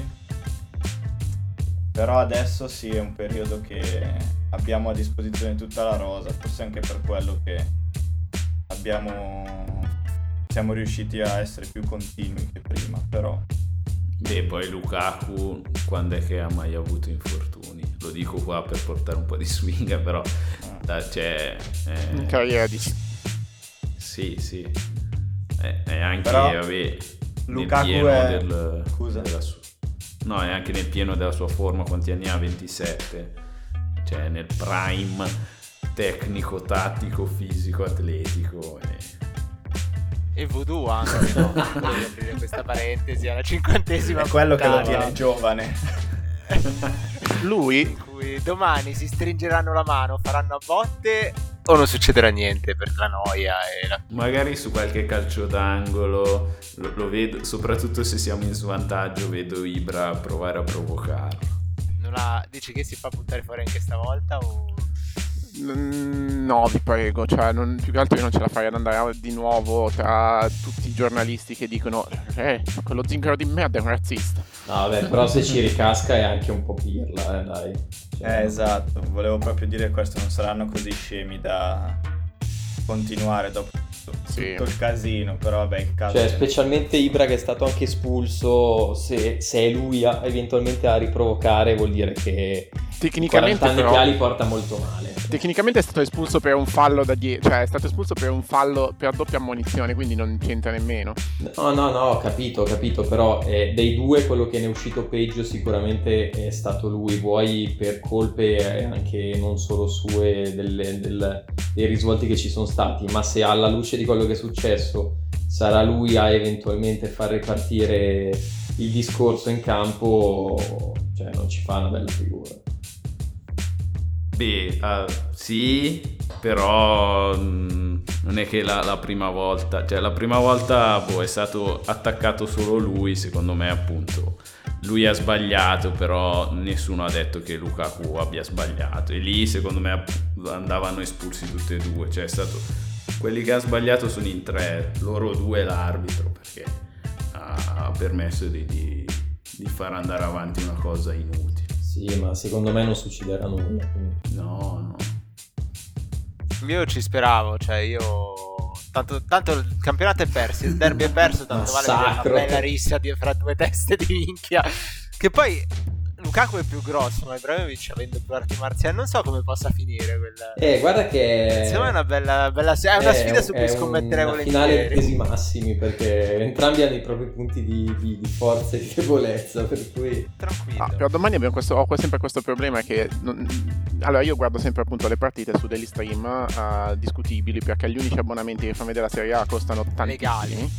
Però adesso sì, è un periodo che abbiamo a disposizione tutta la rosa, forse anche per quello che siamo riusciti a essere più continui che prima, però. Beh, poi Lukaku quando è che ha mai avuto infortuni? Lo dico qua per portare un po' di swing, però in carriera di sì. È anche però, vabbè, Lukaku no, è anche nel pieno della sua forma. Quanti anni ha? 27, cioè nel prime tecnico, tattico, fisico, atletico e voodoo anche, no? Voglio aprire questa parentesi alla 50ª è quello puntata. che lo tiene giovane. lui in cui domani si stringeranno la mano, faranno a botte o non succederà niente per la noia e la... Magari su qualche calcio d'angolo lo vedo, soprattutto se siamo in svantaggio, vedo Ibra provare a provocarlo. Dici che si fa buttare fuori anche stavolta o... No, vi prego, cioè più che altro io non ce la farei ad andare di nuovo tra tutti i giornalisti che dicono quello zingaro di merda è un razzista. No, vabbè, però se ci ricasca è anche un po' pirla, dai. Cioè, esatto, volevo proprio dire questo, non saranno così scemi da continuare dopo tutto il casino, però vabbè, il caso... Cioè, specialmente Ibra che è stato anche espulso, se è lui eventualmente a riprovocare, vuol dire che tecnicamente 40 anni però, che ha li porta molto male. Tecnicamente è stato espulso per un fallo cioè è stato espulso per un fallo per doppia ammonizione, quindi non c'entra nemmeno. No, ho capito, però dei due quello che ne è uscito peggio sicuramente è stato lui, vuoi per colpe anche non solo sue dei risvolti che ci sono stati, ma se alla luce di quello che è successo sarà lui a eventualmente far ripartire il discorso in campo, cioè non ci fa una bella figura. Beh, sì, però non è che la prima volta, cioè la prima volta è stato attaccato solo lui, secondo me appunto lui ha sbagliato, però nessuno ha detto che Lukaku abbia sbagliato e lì secondo me andavano espulsi tutti e due, cioè è stato quelli che ha sbagliato sono in 3, loro 2 l'arbitro, perché ha permesso di far andare avanti una cosa inutile. Sì, ma secondo me non succederà nulla. No. Io ci speravo, cioè io... Tanto il campionato è perso, il derby è perso, tanto vale una bella rissa fra due teste di minchia. Che poi Lukaku è più grosso, ma Ibrahimovic avendo più arti marziali, non so come possa finire quella. Guarda che secondo me è una bella è una sfida su cui scommettere volentieri. Finale pesi massimi, perché entrambi hanno i propri punti di forza e di debolezza, per cui tranquillo. Però domani ho sempre questo problema che allora io guardo sempre appunto le partite su degli stream discutibili, perché gli unici abbonamenti che fanno vedere la Serie A costano tantissimi.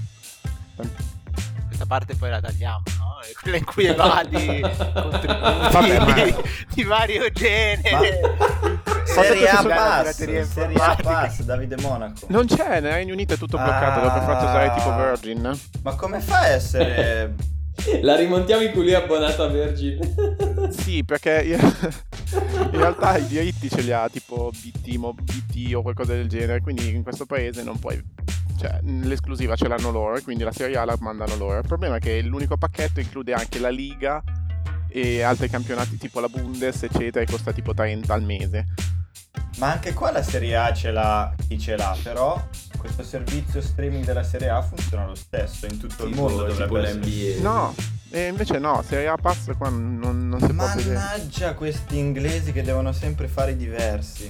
Questa parte poi la tagliamo, no? È quella in cui evadi contributi di vario genere. Serie A Pass, Davide Monaco. Non c'è, nel Regno Unito è tutto bloccato, dopo fate usare tipo Virgin. Ma come fai a essere... La rimontiamo in cui lui è abbonato a Virgin. Sì, perché in realtà i diritti ce li ha tipo BT o qualcosa del genere, quindi in questo paese non puoi, cioè l'esclusiva ce l'hanno loro, quindi la Serie A la mandano loro. Il problema è che l'unico pacchetto include anche la Liga e altri campionati tipo la Bundes eccetera, e costa tipo 30 al mese. Ma anche qua la Serie A ce l'ha chi ce l'ha, però questo servizio streaming della Serie A funziona lo stesso in tutto il mondo, tipo l'NBA. No, e invece no, Serie A Pass qua non si può vedere. Mannaggia questi inglesi che devono sempre fare i diversi.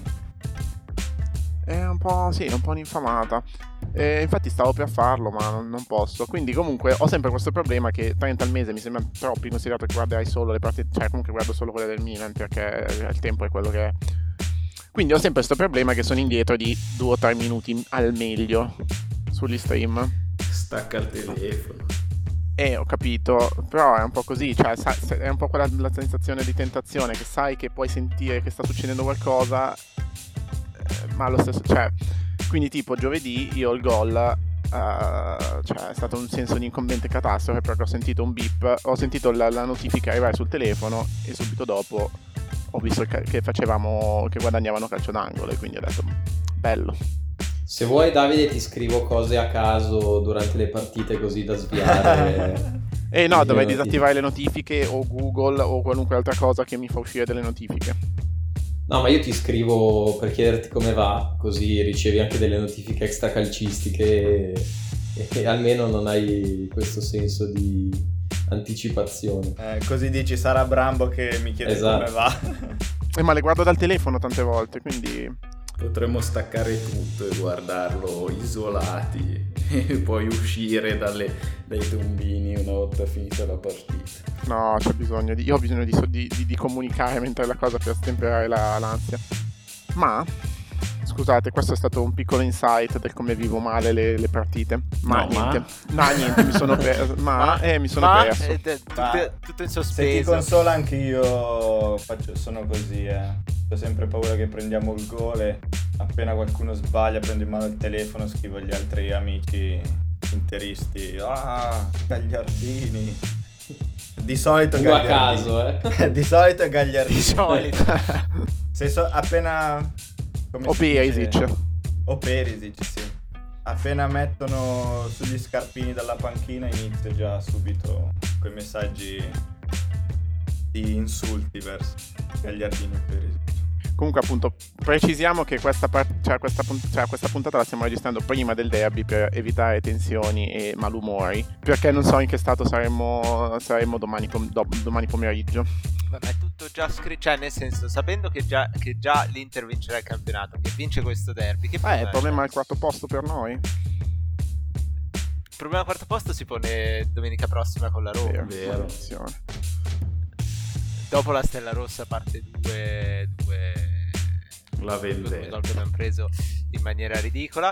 È un po' un'infamata. Infatti stavo per farlo, ma non posso. Quindi comunque ho sempre questo problema che 30 al mese mi sembra troppo, considerato che guarderai solo le partite, cioè comunque guardo solo quelle del Milan, perché il tempo è quello che è. Quindi ho sempre questo problema che sono indietro di 2 o 3 minuti al meglio sugli stream. Stacca il telefono. Ho capito, però è un po' così, cioè è un po' quella la sensazione di tentazione, che sai che puoi sentire che sta succedendo qualcosa, ma allo stesso, cioè, quindi tipo giovedì io il gol, cioè è stato un senso di incombente catastrofe, perché ho sentito un beep, ho sentito la notifica arrivare sul telefono e subito dopo ho visto che guadagnavano calcio d'angolo, e quindi ho detto bello. Se vuoi Davide ti scrivo cose a caso durante le partite, così da sviare. No, dovrei disattivare le notifiche o Google o qualunque altra cosa che mi fa uscire delle notifiche. No, ma io ti scrivo per chiederti come va, così ricevi anche delle notifiche extracalcistiche e almeno non hai questo senso di anticipazione. Così dici sarà Brambo che mi chiede come va. Ma le guardo dal telefono tante volte, quindi potremmo staccare tutto e guardarlo isolati e poi uscire dai tombini una volta finita la partita. No, io ho bisogno di comunicare mentre la cosa per stemperare l'ansia. Ma Scusate, questo è stato un piccolo insight del come vivo male le partite. Niente, mi sono perso. Mi sono perso. Tutto in Se sospeso. ti consola anche io sono così, Ho sempre paura che prendiamo il gol e appena qualcuno sbaglia prendo in mano il telefono, scrivo agli altri amici interisti: Gagliardini. Di solito Uno a Gagliardini. caso, Di solito è Gagliardini. Di solito. Appena come O si dice? Perisic. O Perisic, sì. Appena mettono sugli scarpini dalla panchina inizio già subito quei messaggi di insulti verso Gagliardini e Perisic. Comunque appunto precisiamo che questa puntata la stiamo registrando prima del derby per evitare tensioni e malumori, perché non so in che stato saremmo domani pomeriggio. Vabbè, è tutto già scritto, cioè nel senso, sapendo che già l'Inter vincerà il campionato, che vince questo derby, che Il problema è il quarto posto per noi. Il problema al quarto posto si pone domenica prossima con la Roma. Vero. Attenzione. Dopo la Stella Rossa parte 2 La vendetta. gol che abbiamo preso in maniera ridicola.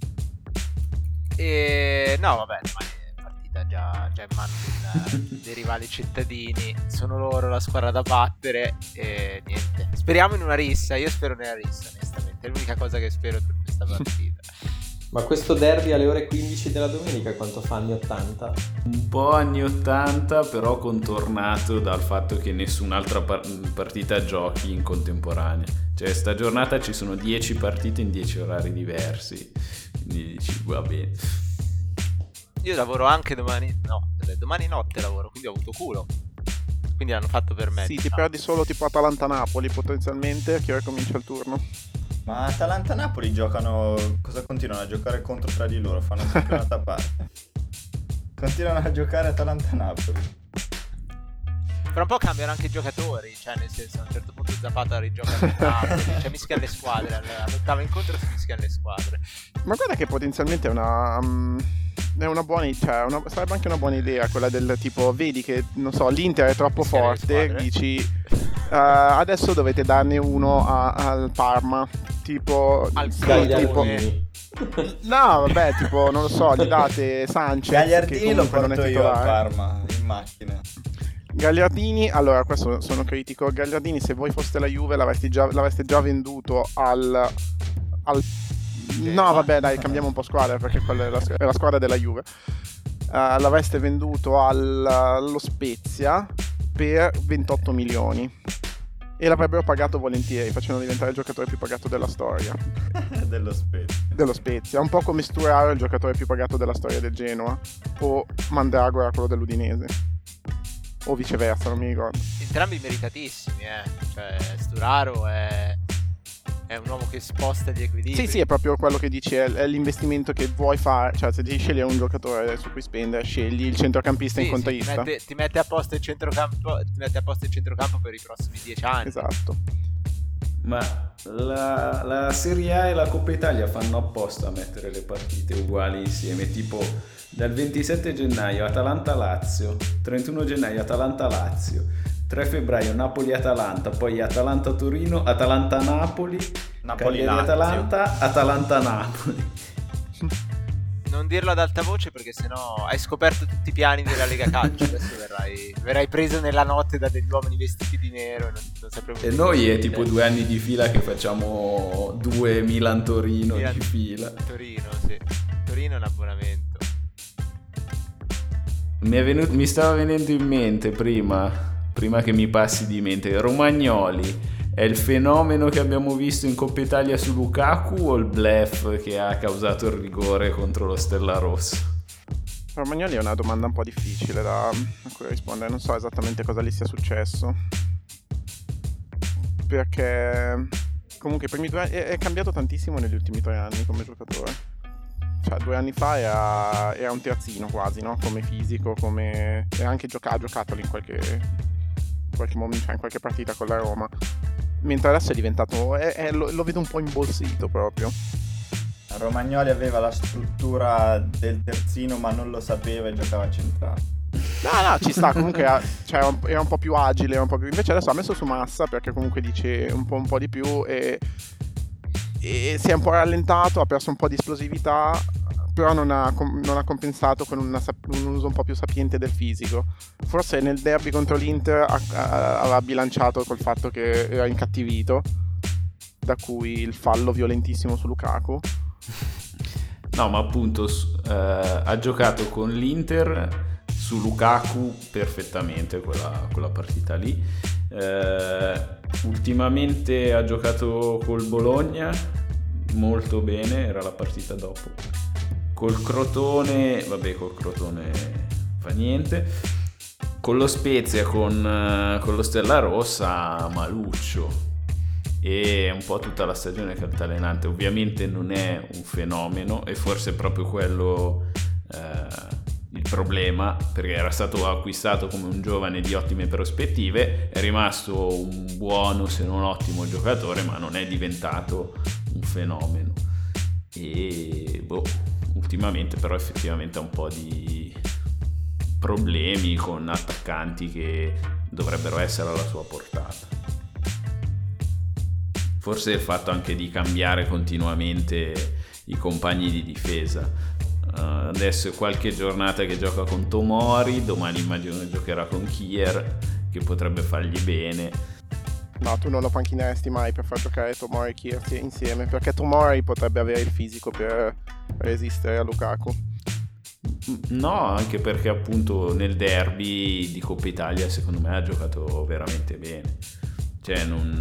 E no, vabbè, domani è partita già in mano dei rivali cittadini. Sono loro la squadra da battere e niente. Speriamo in una rissa, io spero nella rissa, onestamente. È l'unica cosa che spero per questa partita. Ma questo derby alle ore 15 della domenica quanto fa? Anni 80? Un po' anni 80, però contornato dal fatto che nessun'altra partita giochi in contemporanea. Cioè sta giornata ci sono 10 partite in 10 orari diversi, quindi dici va bene. Io lavoro anche domani notte lavoro, quindi ho avuto culo. Quindi l'hanno fatto per me. Sì, ti perdi solo tipo Atalanta-Napoli potenzialmente, che ora comincia il turno. Ma Atalanta-Napoli cosa continuano a giocare contro tra di loro? Fanno un campionato a parte. Continuano a giocare Atalanta-Napoli. Fra un po' cambiano anche i giocatori, cioè nel senso a un certo punto Zapata rigioca a Napoli, cioè mischiano le squadre, all'ottavo incontro si mischiano le squadre. Ma guarda che potenzialmente è una buona, sarebbe anche una buona idea quella del tipo, vedi che non so, l'Inter è troppo Mischiare le forte, squadre. dici adesso dovete darne uno al Parma, tipo Al Gagliardini. no vabbè, tipo non lo so, gli date Sanchez, Gagliardini che lo comunque non è porto io a titolare. Parma in macchina. Gagliardini, allora questo sono critico. Gagliardini, se voi foste la Juve l'avreste già venduto al no vabbè dai, cambiamo un po' squadra perché quella è la squadra della Juve. L'avreste venduto allo Spezia per 28 milioni e l'avrebbero pagato volentieri, facendo diventare il giocatore più pagato della storia dello Spezia. Un po' come Sturaro, il giocatore più pagato della storia del Genoa, o Mandragora, quello dell'Udinese, o viceversa, non mi ricordo. Entrambi meritatissimi, cioè Sturaro è un uomo che sposta gli equilibri. Sì, è proprio quello che dici, è l'investimento che vuoi fare, cioè se devi scegliere un giocatore su cui spendere, scegli il centrocampista Sì, incontrista. ti mette a posto il centrocampo per i prossimi 10 anni. Esatto. Ma la Serie A e la Coppa Italia fanno apposta a mettere le partite uguali insieme, tipo dal 27 gennaio Atalanta-Lazio, 31 gennaio Atalanta-Lazio, 3 febbraio Napoli-Atalanta, poi Atalanta-Torino, Atalanta-Napoli, Cagliari-Atalanta, Atalanta-Napoli. Non dirlo ad alta voce perché sennò hai scoperto tutti i piani della Lega Calcio. Adesso verrai preso nella notte da degli uomini vestiti di nero e non sapremo. E noi è tipo 2 anni di fila che facciamo 2 Milan-Torino di fila. Torino, sì. Torino è un abbonamento. Mi stava venendo in mente prima che mi passi di mente, Romagnoli è il fenomeno che abbiamo visto in Coppa Italia su Lukaku o il bluff che ha causato il rigore contro lo Stella Rossa? Romagnoli è una domanda un po' difficile a cui rispondere, non so esattamente cosa gli sia successo, perché comunque i primi 2 anni è cambiato tantissimo negli ultimi 3 anni come giocatore. Cioè 2 anni fa era un terzino quasi, no? Come fisico, come e anche ha giocato lì in qualche momento, cioè in qualche partita con la Roma. Mentre adesso è diventato lo vedo un po' imbolsito proprio. Romagnoli aveva la struttura del terzino ma non lo sapeva e giocava centrale. No, ci sta, comunque era un po' più agile, invece adesso ha messo su massa perché comunque dice un po' di più e e si è un po' rallentato, ha perso un po' di esplosività, però non ha compensato con un uso un po' più sapiente del fisico. Forse nel derby contro l'Inter aveva bilanciato col fatto che era incattivito, da cui il fallo violentissimo su Lukaku. No, ma appunto ha giocato con l'Inter su Lukaku perfettamente quella partita lì. Ultimamente ha giocato col Bologna molto bene, era la partita dopo. Col Crotone fa niente. Con lo Spezia, con lo Stella Rossa, maluccio. E un po' tutta la stagione che è altalenante. Ovviamente non è un fenomeno, e forse è proprio quello il problema, perché era stato acquistato come un giovane di ottime prospettive, è rimasto un buono se non ottimo giocatore, ma non è diventato un fenomeno. E ultimamente però effettivamente ha un po' di problemi con attaccanti che dovrebbero essere alla sua portata. Forse il fatto anche di cambiare continuamente i compagni di difesa. Adesso è qualche giornata che gioca con Tomori, domani immagino che giocherà con Kier, che potrebbe fargli bene. No, tu non lo panchineresti mai per far giocare Tomori e Kier insieme, perché Tomori potrebbe avere il fisico per resistere a Lukaku. No, anche perché appunto nel derby di Coppa Italia secondo me ha giocato veramente bene. Cioè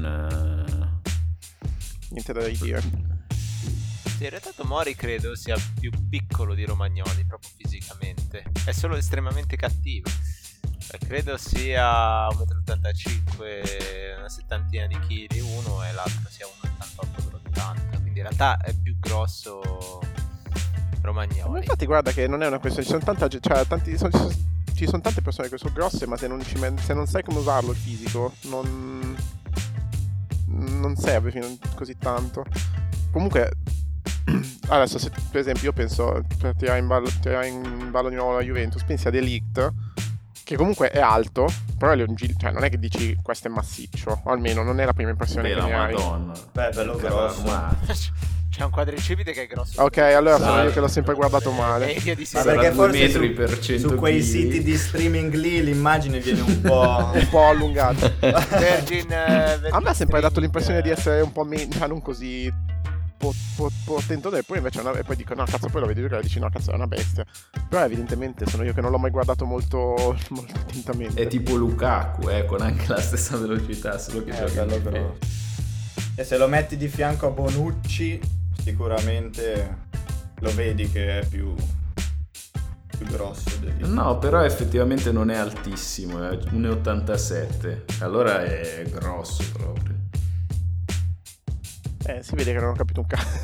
niente da dire. In realtà Tomori credo sia più piccolo di Romagnoli proprio fisicamente, è solo estremamente cattivo. Credo sia 1,85 m, una settantina di chili uno, e l'altro sia 1,88 m, quindi in realtà è più grosso Romagnoli. Ma infatti guarda che non è una questione, ci sono tante persone che sono grosse, ma se non sai come usarlo il fisico non serve fino così tanto. Comunque adesso, se per esempio io penso, per tirare in ballo di nuovo la Juventus, pensi a De Ligt, che comunque è alto, però cioè non è che dici questo è massiccio, o almeno non è la prima impressione che ne hai. Beh, bello grosso. C'è un quadricipite che è grosso. Ok, allora sono io che l'ho sempre guardato male. Ma perché forse su quei siti di streaming lì l'immagine viene un po' allungata. Virgin a me ha sempre dato l'impressione di essere un po' non così potentone, e poi invece e poi dico no cazzo, poi lo vedi giocare e dici no cazzo, è una bestia. Però evidentemente sono io che non l'ho mai guardato molto attentamente. È tipo Lukaku, con anche la stessa velocità, solo che gioca in difesa. E se lo metti di fianco a Bonucci sicuramente lo vedi che è più grosso No, però effettivamente non è altissimo, è 1,87 m, allora è grosso proprio. Si vede che non ho capito un cazzo.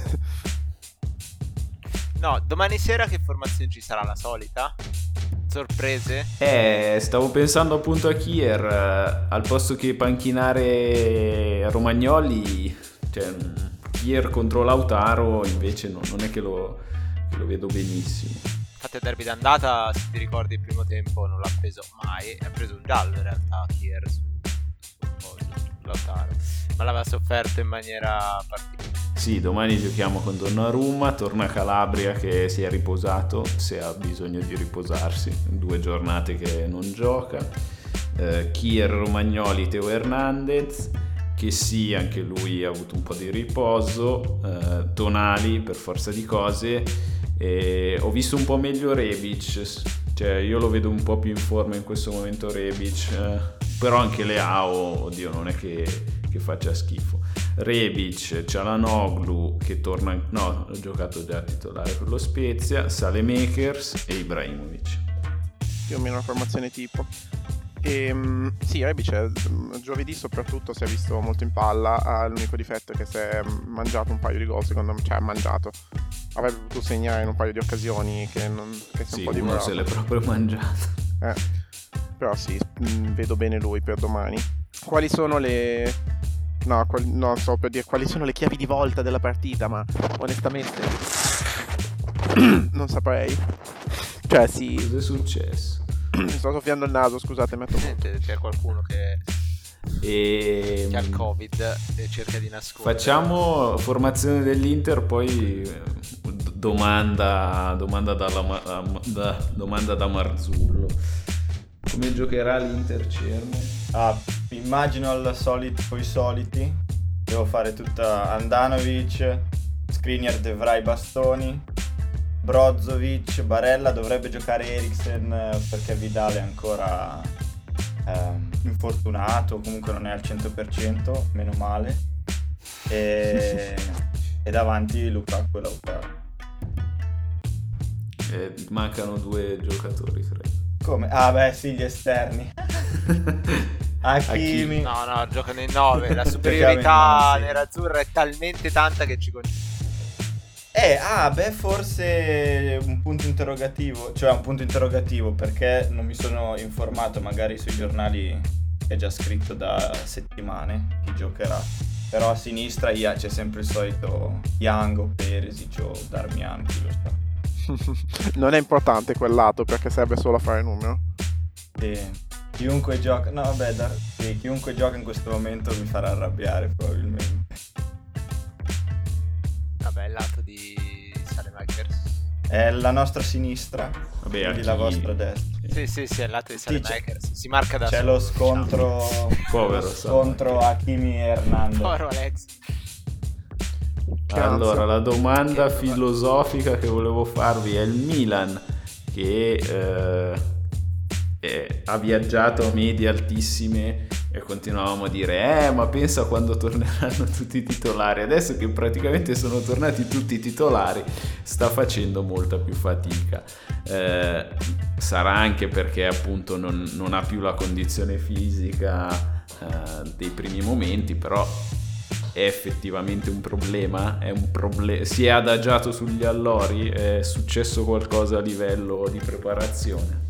No, domani sera che formazione ci sarà? La solita? Sorprese? Stavo pensando appunto a Kier, al posto che panchinare Romagnoli, cioè Kier contro Lautaro invece non è che lo vedo benissimo. Infatti al derby d'andata, se ti ricordi, il primo tempo non l'ha preso mai, ha preso un giallo in realtà Kier su Lautaro, ma l'aveva sofferto in maniera particolare. Sì, domani giochiamo con Donnarumma, torna Calabria che si è riposato, se ha bisogno di riposarsi, 2 giornate che non gioca. Kier, Romagnoli, Teo Hernandez, che sì, anche lui ha avuto un po' di riposo, Tonali per forza di cose. Ho visto un po' meglio Rebic, cioè io lo vedo un po' più in forma in questo momento Rebic, però anche Leao, oddio, non è che faccia schifo. Rebic, Çalhanoğlu che torna, no, ho giocato già titolare per lo Spezia, Saelemaekers e Ibrahimovic. Più o meno una formazione tipo. Sì, Rebic giovedì soprattutto si è visto molto in palla. Ha l'unico difetto è che si è mangiato un paio di gol, secondo me, cioè avrebbe potuto segnare in un paio di occasioni che si è sì, un po' uno dimorato. se l'è proprio mangiato. Però sì, vedo bene lui per domani. Quali sono le... No, so per dire quali sono le chiavi di volta della partita, ma onestamente non saprei. Cioè sì. Cosa è successo? Mi sto soffiando il naso, scusate, metto. C'è qualcuno che E che ha il Covid e cerca di nascondere. facciamo formazione dell'Inter, poi domanda da Marzullo. Come giocherà l'Inter, Cerno? Immagino coi soliti. Devo fare tutta Andanovic, Skriniar, De Vrij, Bastoni, Brozovic, Barella. Dovrebbe giocare Eriksen perché Vidal è ancora infortunato, comunque non è al 100%, meno male. E davanti Lukaku e Lautaro. Mancano 2 giocatori, credo. Come? Sì, gli esterni. Hakimi. No, giocano in 9. La superiorità nerazzurra è talmente tanta che ci concede. Forse un punto interrogativo. Cioè un punto interrogativo perché non mi sono informato, magari sui giornali è già scritto da settimane chi giocherà. Però a sinistra c'è sempre il solito Young o Perisic o Darmian, chi lo sa. Non è importante quel lato perché serve solo a fare numero. Sì. Chiunque gioca, chiunque gioca in questo momento mi farà arrabbiare probabilmente. Vabbè, il lato di Saelemaekers è la nostra sinistra, quindi la vostra destra. Sì, è il lato di Saelemaekers. Si marca da c'è solo. Lo scontro, povero scontro Hakimi e Hernandez. Povero Alex. Allora, la domanda filosofica che volevo farvi è: il Milan che ha viaggiato a medie altissime e continuavamo a dire ma pensa quando torneranno tutti i titolari. Adesso che praticamente sono tornati tutti i titolari sta facendo molta più fatica. Sarà anche perché appunto non ha più la condizione fisica dei primi momenti, però è effettivamente un problema? Si è adagiato sugli allori? È successo qualcosa a livello di preparazione?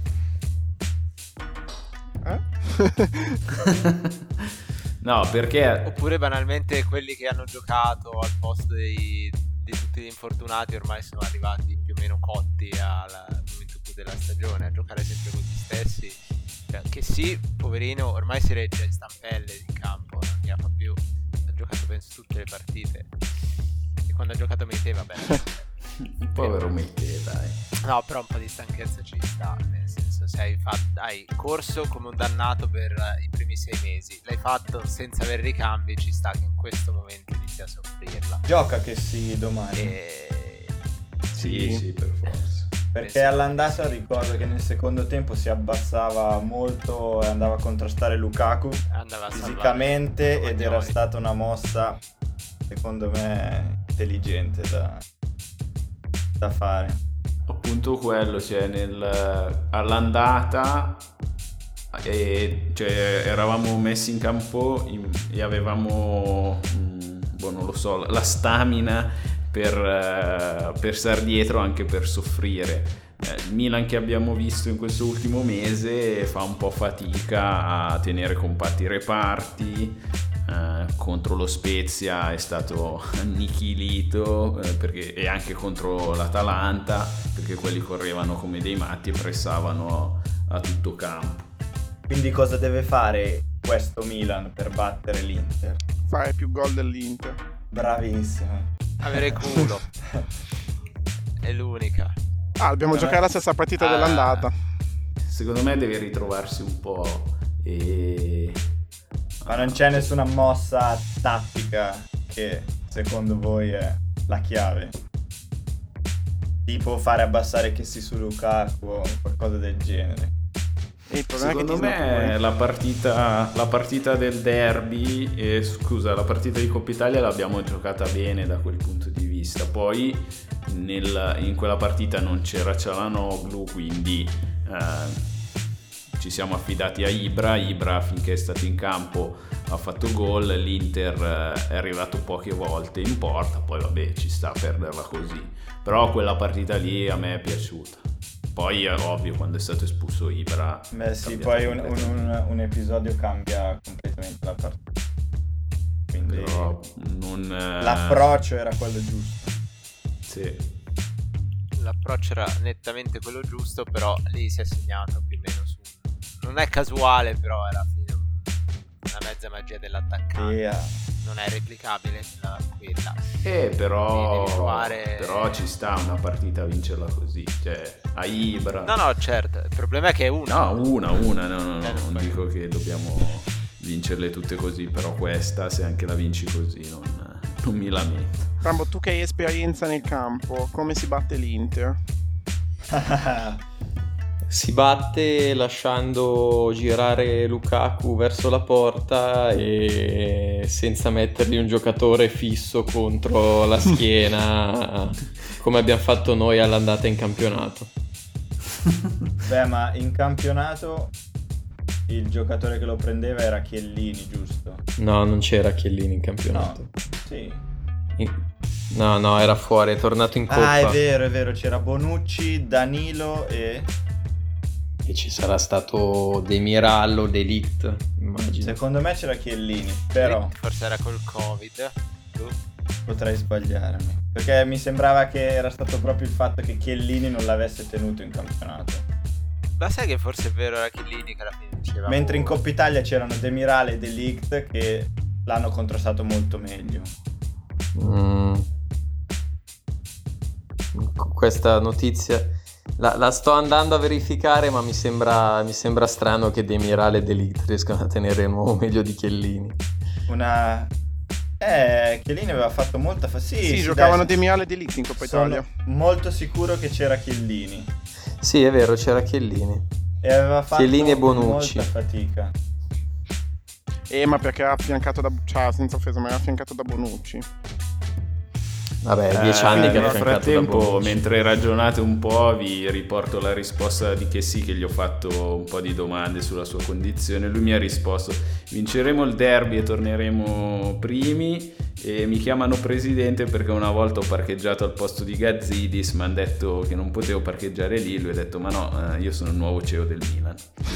No, perché oppure banalmente quelli che hanno giocato al posto di tutti gli infortunati ormai sono arrivati più o meno cotti al momento più della stagione a giocare sempre con gli stessi, che sì, poverino, ormai si regge in stampelle in campo, non ne fa più, ha giocato penso tutte le partite e quando ha giocato Meite vabbè povero Meite, dai. No, però un po' di stanchezza ci sta, nel senso, se hai corso come un dannato per i primi 6 mesi, l'hai fatto senza avere ricambi, ci sta che in questo momento inizi a soffrirla. Gioca che sì domani. Sì, per forza. Perché all'andata ricordo che nel secondo tempo si abbassava molto e andava a contrastare Lukaku fisicamente ed era stata una mossa secondo me intelligente da fare. Appunto quello, cioè all'andata eravamo messi in campo e avevamo non lo so, la stamina per star dietro, anche per soffrire. Il Milan che abbiamo visto in questo ultimo mese fa un po' fatica a tenere compatti i reparti. Contro lo Spezia è stato annichilito e anche contro l'Atalanta, perché quelli correvano come dei matti e pressavano a tutto campo. Quindi cosa deve fare questo Milan per battere l'Inter? Fare più gol dell'Inter. Bravissimo. Avere culo. È l'unica. Dobbiamo giocare la stessa partita dell'andata. Secondo me deve ritrovarsi un po' Ma non c'è nessuna mossa tattica che secondo voi è la chiave? Tipo fare abbassare Kessi su Lukaku o qualcosa del genere? Secondo me la partita del derby, la partita di Coppa Italia l'abbiamo giocata bene da quel punto di vista. Poi in quella partita non c'era Çalhanoğlu, quindi ci siamo affidati a Ibra finché è stato in campo ha fatto gol, l'Inter è arrivato poche volte in porta, poi vabbè ci sta a perderla così, però quella partita lì a me è piaciuta. Poi è ovvio, quando è stato espulso Ibra poi un episodio cambia completamente la partita, quindi l'approccio era quello giusto. Sì, l'approccio era nettamente quello giusto, però lì si è segnato più o meno su, non è casuale, però alla fine la mezza magia dell'attaccante. Non è replicabile quella. Però Devi provare... però ci sta una partita a vincerla così, cioè a Ibra. No, certo, il problema è che è una. No, una, non dico che dobbiamo vincerle tutte così, però questa, se anche la vinci così, non mi lamento. Rambo, tu che hai esperienza nel campo, come si batte l'Inter? Si batte lasciando girare Lukaku verso la porta e senza mettergli un giocatore fisso contro la schiena come abbiamo fatto noi all'andata in campionato. Beh, ma in campionato il giocatore che lo prendeva era Chiellini, giusto? No, non c'era Chiellini in campionato. No, sì. No, era fuori, è tornato in Coppa. Ah, è vero, c'era Bonucci, Danilo e ci sarà stato Demiral, De Ligt, immagino. Secondo me c'era Chiellini, però forse era col Covid. Potrei sbagliarmi, perché mi sembrava che era stato proprio il fatto che Chiellini non l'avesse tenuto in campionato. Ma sai che forse è vero, era Chiellini che alla fine diceva. Mentre in Coppa Italia c'erano Demiral e De Ligt che l'hanno contrastato molto meglio. Questa notizia la sto andando a verificare, ma mi sembra strano che Demiral e De Ligt riescano a tenere nuovo meglio di Chiellini. Chiellini aveva fatto molta Sì, giocavano Demiral e De Ligt in Coppa Italia. Molto sicuro che c'era Chiellini. Sì, è vero, c'era Chiellini. E aveva fatto Chiellini e Bonucci. molta fatica. Ma perché era affiancato senza offesa, ma era affiancato da Bonucci. Vabbè, 10 anni che nel frattempo, mentre ragionate un po', vi riporto la risposta di che sì, che gli ho fatto un po' di domande sulla sua condizione. Lui mi ha risposto: vinceremo il derby e torneremo primi, e mi chiamano presidente perché una volta ho parcheggiato al posto di Gazzidis, mi hanno detto che non potevo parcheggiare lì. Lui ha detto: ma no, io sono il nuovo CEO del Milan.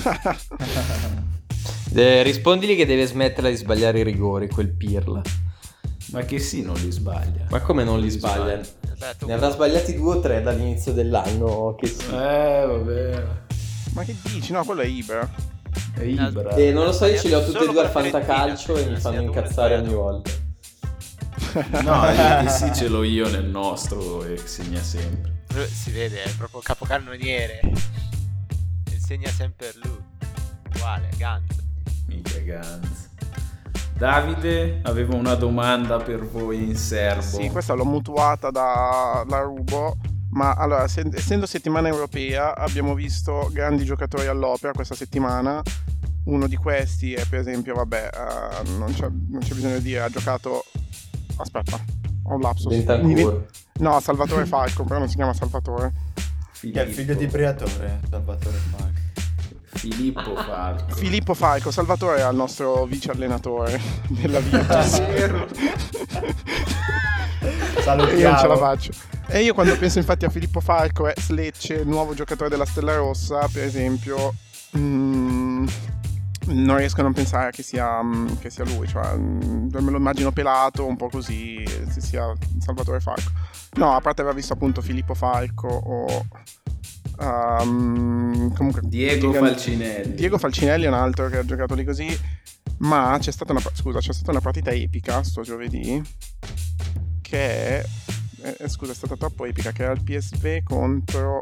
Rispondigli che deve smetterla di sbagliare i rigori, quel Pirla. Ma che sì, non li sbaglia. Ma come non li sbaglia? Ne avrà sbagliati 2 o 3 dall'inizio dell'anno. Che sì. Vabbè. Ma che dici? No, quello è Ibra. È Ibra. Non lo so, io ce li ho tutti e 2 al fantacalcio e mi fanno incazzare ogni volta. No, che sì, ce l'ho io nel nostro e segna sempre. Si vede, è proprio capocannoniere. Insegna sempre lui. Uguale, Ganz. Mica Ganz. Davide aveva una domanda per voi in serbo. Sì, questa l'ho mutuata da Rubo. Ma allora, essendo settimana europea, abbiamo visto grandi giocatori all'opera questa settimana. Uno di questi è, per esempio, non c'è bisogno di dire, ha giocato. Aspetta, ho un lapsus. No, Salvatore Falco, però non si chiama Salvatore. Che è il figlio di Briatore, Salvatore Falco. Filippo Falco. Salvatore è il nostro vice allenatore della Virtus. Salutiamo. Io non ce la faccio. E io quando penso infatti a Filippo Falco, Lecce, nuovo giocatore della Stella Rossa, per esempio, non riesco a non pensare che sia lui, cioè me lo immagino pelato, un po' così, se sia Salvatore Falco. No, a parte aver visto appunto Filippo Falco o comunque Diego Falcinelli è un altro che ha giocato lì così. Ma c'è stata una partita epica sto giovedì che è stata troppo epica, che era il PSV contro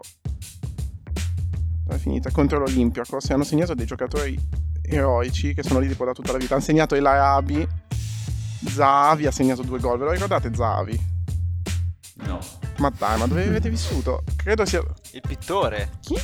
l'Olympiakos, e hanno segnato dei giocatori eroici che sono lì tipo da tutta la vita. Hanno segnato El Arabi, Zahavi ha segnato 2 gol, ve lo ricordate Zahavi? No. Ma dai, ma dove avete vissuto? Credo sia il pittore. Chi?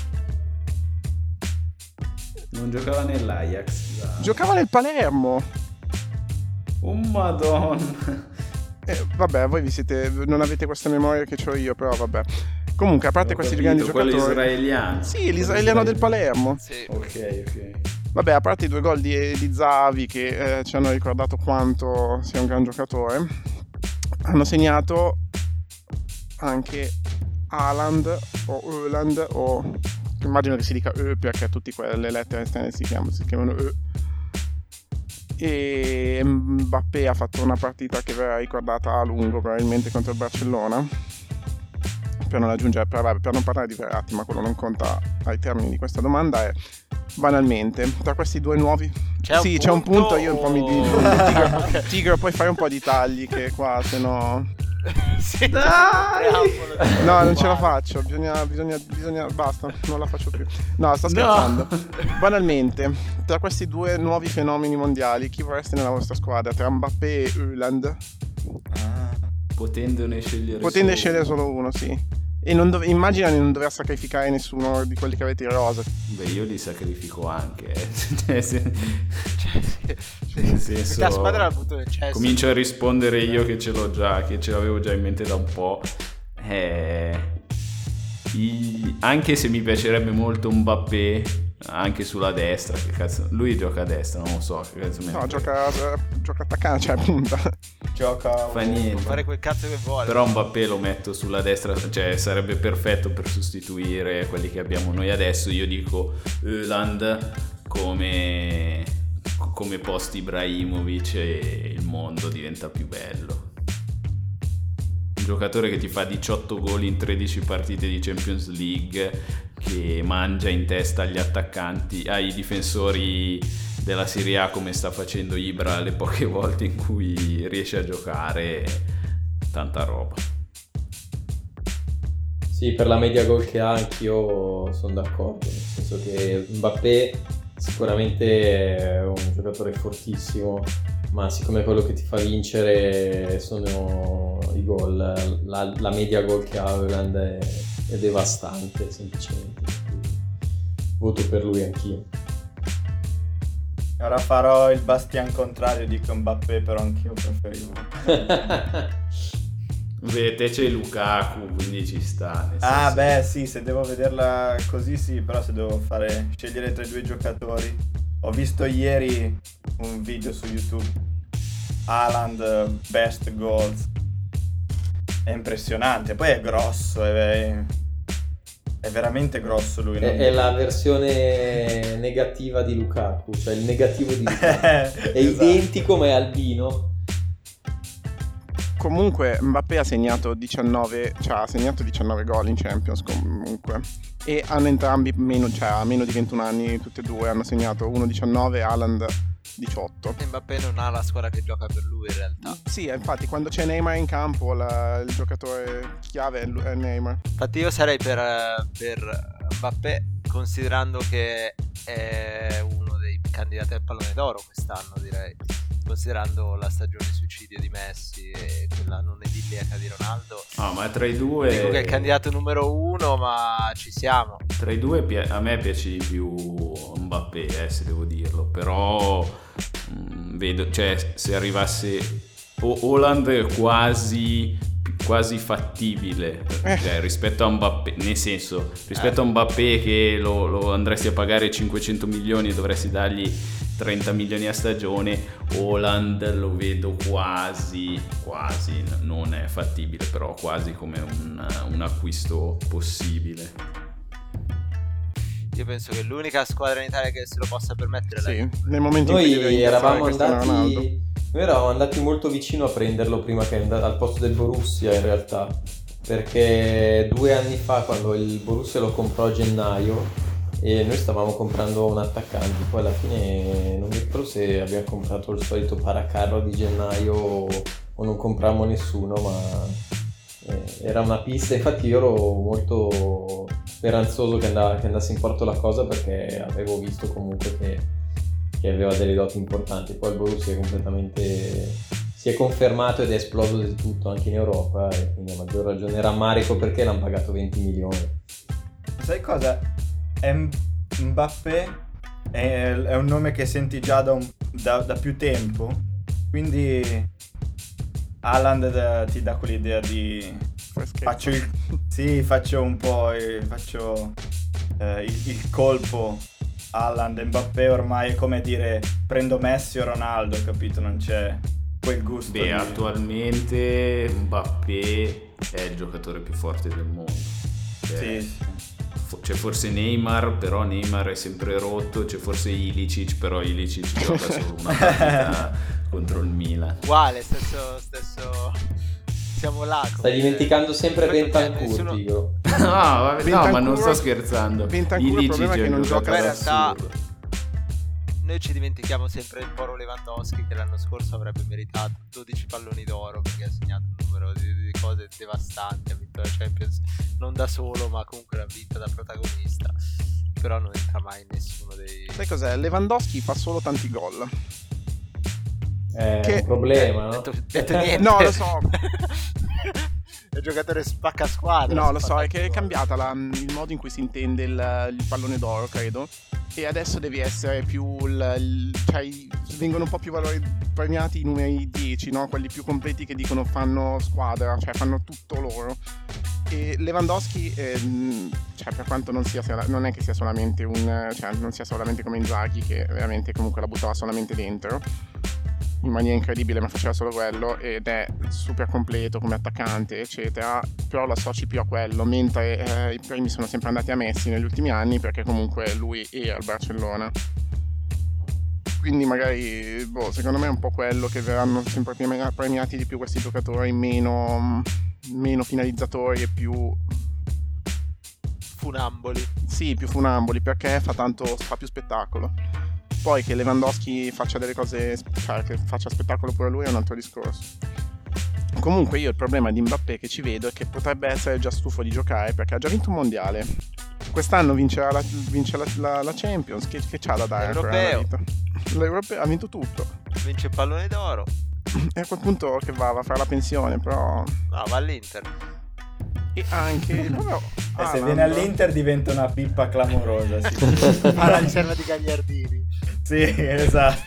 Non giocava nell'Ajax. Giocava nel Palermo. Oh madonna. Vabbè, voi non avete questa memoria che ho io, però vabbè. Comunque, a parte questi grandi giocatori, quello israeliano. Sì, l'israeliano del Palermo. Sì. Ok. Vabbè, a parte i 2 gol di Zahavi che ci hanno ricordato quanto sia un gran giocatore, hanno segnato anche Haaland o Öland, o immagino che si dica perché tutte quelle lettere esterne si chiamano e Mbappé ha fatto una partita che verrà ricordata a lungo probabilmente contro il Barcellona, per non parlare di Verratti, ma quello non conta ai termini di questa domanda. È banalmente, tra questi 2 nuovi c'è un punto, io un po' mi dico Tigro, puoi fare un po' di tagli che qua, se no... Sì, no, non ce la faccio, bisogna, basta, non la faccio più. No, sto scherzando. Banalmente, tra questi due nuovi fenomeni mondiali, chi vorreste nella vostra squadra? Tra Mbappé e Haaland? Potendone scegliere solo uno, sì. E immagina di non dover sacrificare nessuno di quelli che avete in rosa. Beh, io li sacrifico anche. Nel senso, la squadra dal punto del cesso. Comincio a rispondere io che ce l'ho già, che ce l'avevo già in mente da un po'. Anche se mi piacerebbe molto Mbappé anche sulla destra, che cazzo, lui gioca a destra, non lo so, che cazzo no, gioca attaccante, cioè punta. Fa niente, può fare quel cazzo che vuole. però Mbappé lo metto sulla destra, cioè sarebbe perfetto per sostituire quelli che abbiamo noi adesso. Io dico Haaland come post Ibrahimovic e il mondo diventa più bello. Un giocatore che ti fa 18 gol in 13 partite di Champions League, che mangia in testa agli attaccanti, ai difensori della Serie A, come sta facendo Ibra le poche volte in cui riesce a giocare. Tanta roba. Sì, per la media gol che ha anch'io sono d'accordo, nel senso che Mbappé sicuramente è un giocatore fortissimo, ma siccome quello che ti fa vincere sono i gol, la media gol che ha Haaland è devastante, semplicemente. Voto per lui anch'io. Ora farò il bastian contrario, dico Mbappé, però anch'io preferivo. Vedete, c'è Lukaku, quindi ci sta. Ah beh sì, se devo vederla così sì, però se devo scegliere tra i due giocatori, ho visto ieri un video su YouTube, Haaland best goals, è impressionante, poi è grosso, è veramente grosso lui. È la versione negativa di Lukaku, cioè il negativo di Lukaku. È esatto. Identico ma è albino. Comunque Mbappé ha segnato 19 gol in Champions comunque, e hanno entrambi meno di 21 anni, tutti e due hanno segnato, uno 19, Haaland 18. E Mbappé non ha la squadra che gioca per lui in realtà. Sì, infatti quando c'è Neymar in campo il giocatore chiave è Neymar. Infatti io sarei per Mbappé, considerando che è uno dei candidati al pallone d'oro quest'anno, direi, considerando la stagione suicidio di Messi e quella non idilliaca di Ronaldo. No, ma tra i due dico che è il candidato numero uno, ma ci siamo. Tra i due a me piace di più Mbappé, se devo dirlo, però vedo, cioè, se arrivasse Haaland è quasi fattibile, cioè, rispetto a Mbappé, nel senso, rispetto a Mbappé che lo andresti a pagare 500 milioni e dovresti dargli 30 milioni a stagione, Haaland lo vedo quasi, non è fattibile, però quasi come un acquisto possibile. Io penso che l'unica squadra in Italia che se lo possa permettere è sì, nel momento in cui eravamo andati molto vicino a prenderlo prima che al posto del Borussia, in realtà, perché 2 anni fa, quando il Borussia lo comprò a gennaio e noi stavamo comprando un attaccante, poi alla fine non mi ricordo se abbiamo comprato il solito paracarro di gennaio o non comprammo nessuno, ma era una pista. Infatti io ero molto speranzoso che andasse in porto la cosa, perché avevo visto comunque che aveva delle doti importanti. Poi il Borussia si è confermato ed è esploso del tutto anche in Europa, e quindi a maggior ragione rammarico perché l'hanno pagato 20 milioni. Sai cosa? Mbappé è un nome che senti già da più tempo, quindi Haaland ti dà quell'idea di faccio un po' il colpo. Haaland e Mbappé ormai è come dire prendo Messi o Ronaldo, capito? Non c'è quel gusto. Beh, attualmente Mbappé è il giocatore più forte del mondo. Sì. C'è forse Neymar, però Neymar è sempre rotto. C'è forse Ilicic, però Ilicic gioca solo una partita contro il Milan. Uguale, stesso siamo là. Stai dimenticando sempre Bentancur, Tigro. No, ma non sto scherzando. Bentancur, il problema è che non gioca in realtà. noi ci dimentichiamo sempre del Poro Lewandowski, che l'anno scorso avrebbe meritato 12 palloni d'oro perché ha segnato un numero di cose devastanti, ha vinto la Champions non da solo ma comunque l'ha vinta da protagonista, però non entra mai in nessuno dei... Sai cos'è? Lewandowski fa solo tanti gol. È un problema, no? Detto niente. No, lo so. È un giocatore spacca squadra. No, lo so, è che è cambiata il modo in cui si intende il pallone d'oro, credo. E adesso devi essere più cioè vengono un po' più premiati i numeri 10, no? Quelli più completi che dicono fanno squadra, cioè fanno tutto loro. E Lewandowski, cioè per quanto non è che sia solamente cioè non sia solamente come Inzaghi, che veramente comunque la buttava solamente dentro in maniera incredibile, ma faceva solo quello, ed è super completo come attaccante eccetera, però lo associ più a quello, mentre i premi sono sempre andati a Messi negli ultimi anni, perché comunque lui era al Barcellona, quindi magari secondo me è un po' quello che verranno sempre premiati di più questi giocatori meno finalizzatori e più funamboli. Sì, più funamboli, perché fa più spettacolo. Poi che Lewandowski faccia delle cose, cioè che faccia spettacolo pure lui, è un altro discorso. Comunque io il problema di Mbappé che ci vedo è che potrebbe essere già stufo di giocare, perché ha già vinto un mondiale. Quest'anno vince la Champions, che c'ha da dare ancora nella vita? L'Europeo ha vinto tutto. Vince il pallone d'oro. E a quel punto che va a fare la pensione, però... No, va all'Inter. E anche se viene all'Inter diventa una pippa clamorosa. Alla riserva di Gagliardini. Sì, esatto.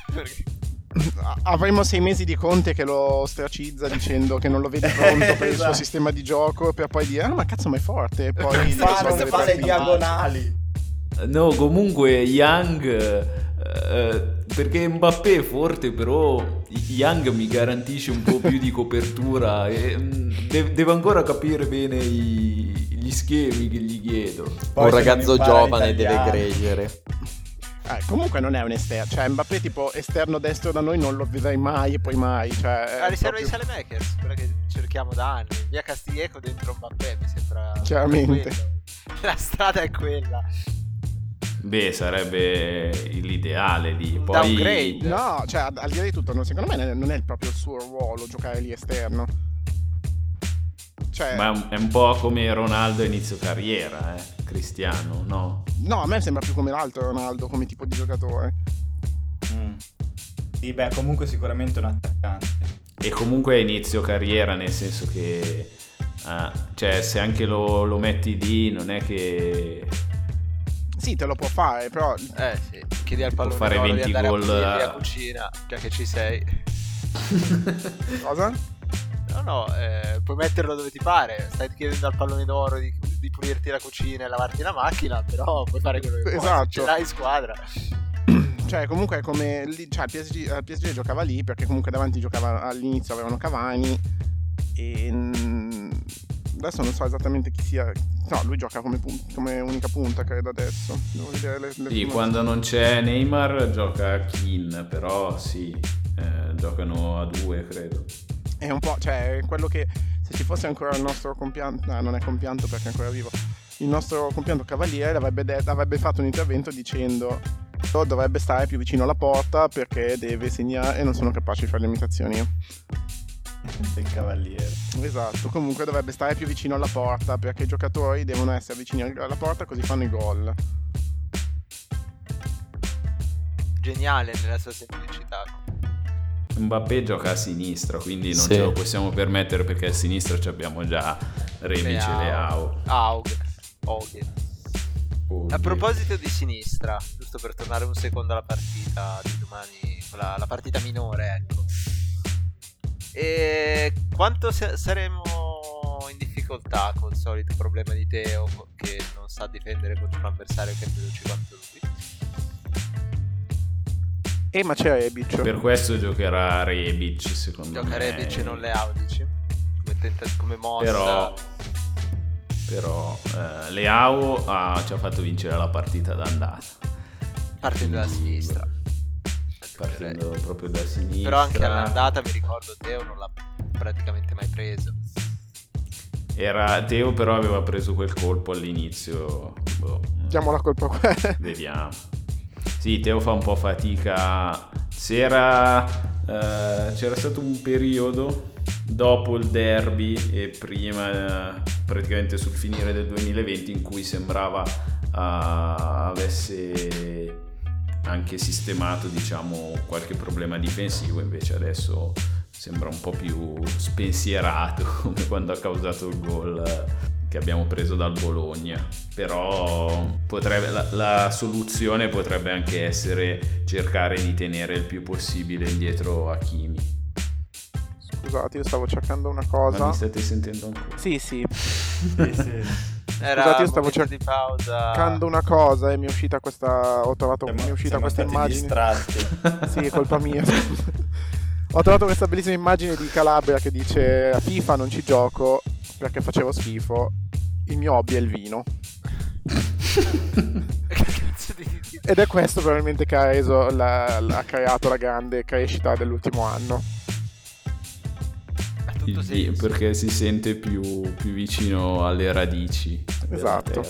Avremo 6 mesi di Conte che lo ostracizza dicendo che non lo vede pronto per il suo sistema di gioco, per poi dire ma cazzo ma è forte, e poi non fa le diagonali. No, comunque Young, perché Mbappé è forte, però Young mi garantisce un po' più di copertura e devo ancora capire bene gli schemi che gli chiedo. Un ragazzo giovane deve crescere. Comunque non è un esterno, cioè Mbappé tipo esterno destro da noi non lo vedrai mai e poi mai, cioè la riserva di Saelemaekers, quella che cerchiamo da anni, via Castiglieco dentro Mbappé, mi sembra chiaramente la strada è quella. Beh, sarebbe l'ideale lì. Poi downgrade. No, cioè al di là di tutto, secondo me non è proprio il suo ruolo giocare lì esterno. Cioè... Ma è un po' come Ronaldo a inizio carriera, Cristiano, no? No, a me sembra più come l'altro Ronaldo come tipo di giocatore. Sì, beh, comunque sicuramente un attaccante. E comunque a inizio carriera, nel senso che cioè se anche lo metti lì non è che... Sì, te lo può fare, però... Sì, chiedi al pallone fare 20 gol via cucina, già che ci sei. Cosa? No, puoi metterlo dove ti pare. Stai chiedendo al pallone d'oro di pulirti la cucina e lavarti la macchina, però puoi fare quello che vuoi, esatto. ce l'hai in squadra. Cioè comunque è come lì, cioè il PSG giocava lì perché comunque davanti giocava, all'inizio avevano Cavani e adesso non so esattamente chi sia. No, lui gioca come unica punta, credo adesso. Devo vedere sì, quando non c'è Neymar gioca Keane, però sì, giocano a 2, credo. È un po', cioè, quello che se ci fosse ancora il nostro compianto, no, non è compianto perché è ancora vivo, il nostro compianto Cavaliere avrebbe fatto un intervento dicendo dovrebbe stare più vicino alla porta perché deve segnare e non sono capace di fare le imitazioni io. Del Cavaliere. Esatto, comunque dovrebbe stare più vicino alla porta perché i giocatori devono essere vicini alla porta così fanno i gol. Geniale nella sua semplicità. Mbappé gioca a sinistra, quindi non ce lo possiamo permettere perché a sinistra abbiamo già Rebic e Leao. A proposito di sinistra, giusto per tornare un secondo alla partita di domani, la partita minore, ecco. E quanto saremo in difficoltà col solito problema di Teo che non sa difendere contro un avversario che è più veloce quanto lui? Ma c'è Rebic. Per questo giocherà Rebic, secondo me. Gioca Rebic e non Leao, dici? Come mossa. Però Leao ci ha fatto vincere la partita d'andata. Partendo da sinistra. Partendo proprio da sinistra. Però anche all'andata mi ricordo Teo non l'ha praticamente mai preso. Teo però aveva preso quel colpo all'inizio. Diamo la colpa a quello. Vediamo. Sì, Teo fa un po' fatica. C'era stato un periodo dopo il derby e prima, praticamente sul finire del 2020, in cui sembrava avesse anche sistemato, diciamo, qualche problema difensivo. Invece adesso sembra un po' più spensierato, come quando ha causato il gol che abbiamo preso dal Bologna. Però la soluzione potrebbe anche essere cercare di tenere il più possibile indietro Hakimi. Scusate, io stavo cercando una cosa. Ma mi state sentendo ancora? Sì. Era Scusate, io stavo di pausa. cercando una cosa e mi è uscita questa. Ho trovato questa immagine. Distratti. Sì, è colpa mia. Ho trovato questa bellissima immagine di Calabria che dice: a FIFA non ci gioco perché facevo schifo. Il mio hobby è il vino. Ed è questo probabilmente che ha creato la grande crescita dell'ultimo anno. Perché si sente più vicino alle radici. Esatto.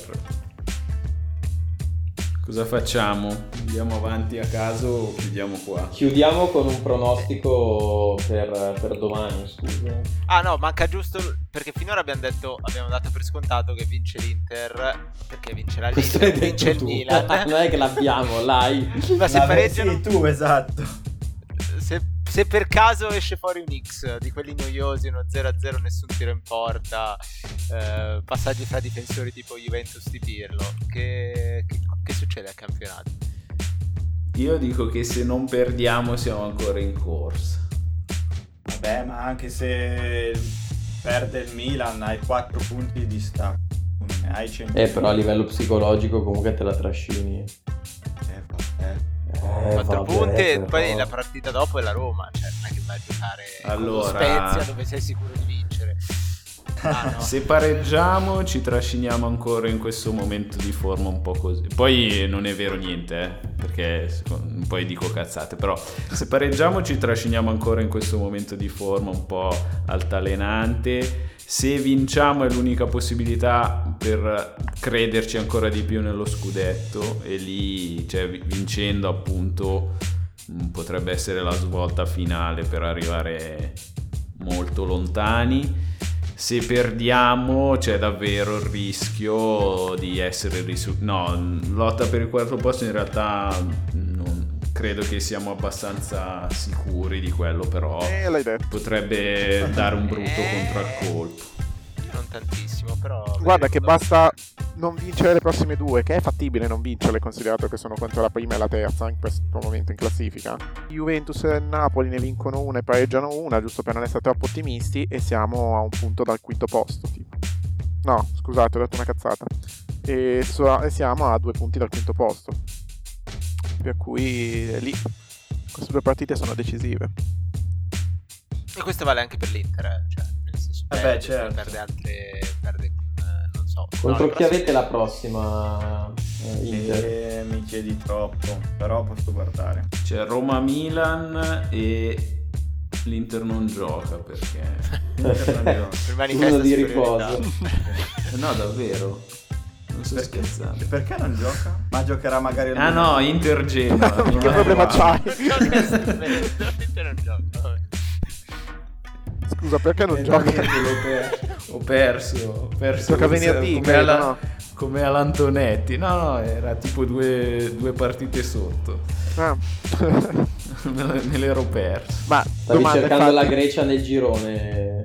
Cosa facciamo? Andiamo avanti a caso o chiudiamo qua? Chiudiamo con un pronostico per domani, scusa. Ah no, manca giusto, perché finora abbiamo dato per scontato che vince l'Inter, perché vincerà l'Inter, vince il Milan. Non è che l'abbiamo, l'hai. Ma se pareggiano... Sì, tu, esatto. Se per caso esce fuori un X di quelli noiosi, uno 0-0, nessun tiro in porta, passaggi fra difensori tipo Juventus di Pirlo, che succede al campionato? Io dico che se non perdiamo siamo ancora in corsa. Vabbè, ma anche se perde il Milan hai 4 punti di distacco. Hai 100 però a livello psicologico comunque te la trascini. 4 punti e poi la partita dopo è la Roma, cioè non è che vai a giocare con lo Spezia dove sei sicuro di vincere. No. Se pareggiamo ci trasciniamo ancora in questo momento di forma un po' così. Poi non è vero niente, perché poi dico cazzate, però se pareggiamo ci trasciniamo ancora in questo momento di forma un po' altalenante. Se vinciamo è l'unica possibilità per crederci ancora di più nello scudetto, e lì, cioè, vincendo appunto potrebbe essere la svolta finale per arrivare molto lontani. Se perdiamo c'è davvero il rischio di essere lotta per il quarto posto. In realtà non credo che siamo abbastanza sicuri di quello, però potrebbe dare un brutto contraccolpo. Non tantissimo, però guarda che basta non vincere le prossime due, che è fattibile non vincerle considerato che sono contro la prima e la terza in questo momento in classifica. Juventus e Napoli ne vincono una e pareggiano una, giusto per non essere troppo ottimisti, e siamo a un punto dal quinto posto tipo. No, scusate, ho detto una cazzata. E siamo a 2 punti dal quinto posto, per cui lì queste 2 partite sono decisive. E questo vale anche per l'Inter, cioè nel senso certo. perde non so. Contro chi avete la prossima Inter? Mi chiedi troppo, però posso guardare. C'è Roma-Milan e l'Inter non gioca perché uno di riposo. No, davvero. Non sto scherzando. E perché non gioca? Ma giocherà magari il no, Inter Genoa. Che problema c'hai? L'Inter non gioca. Scusa, perché non gioca? Ho perso. Gioca venerdì, come all'Antonetti. No, era tipo due partite sotto. Me l'ero perso. Ma stavi cercando la Grecia nel girone.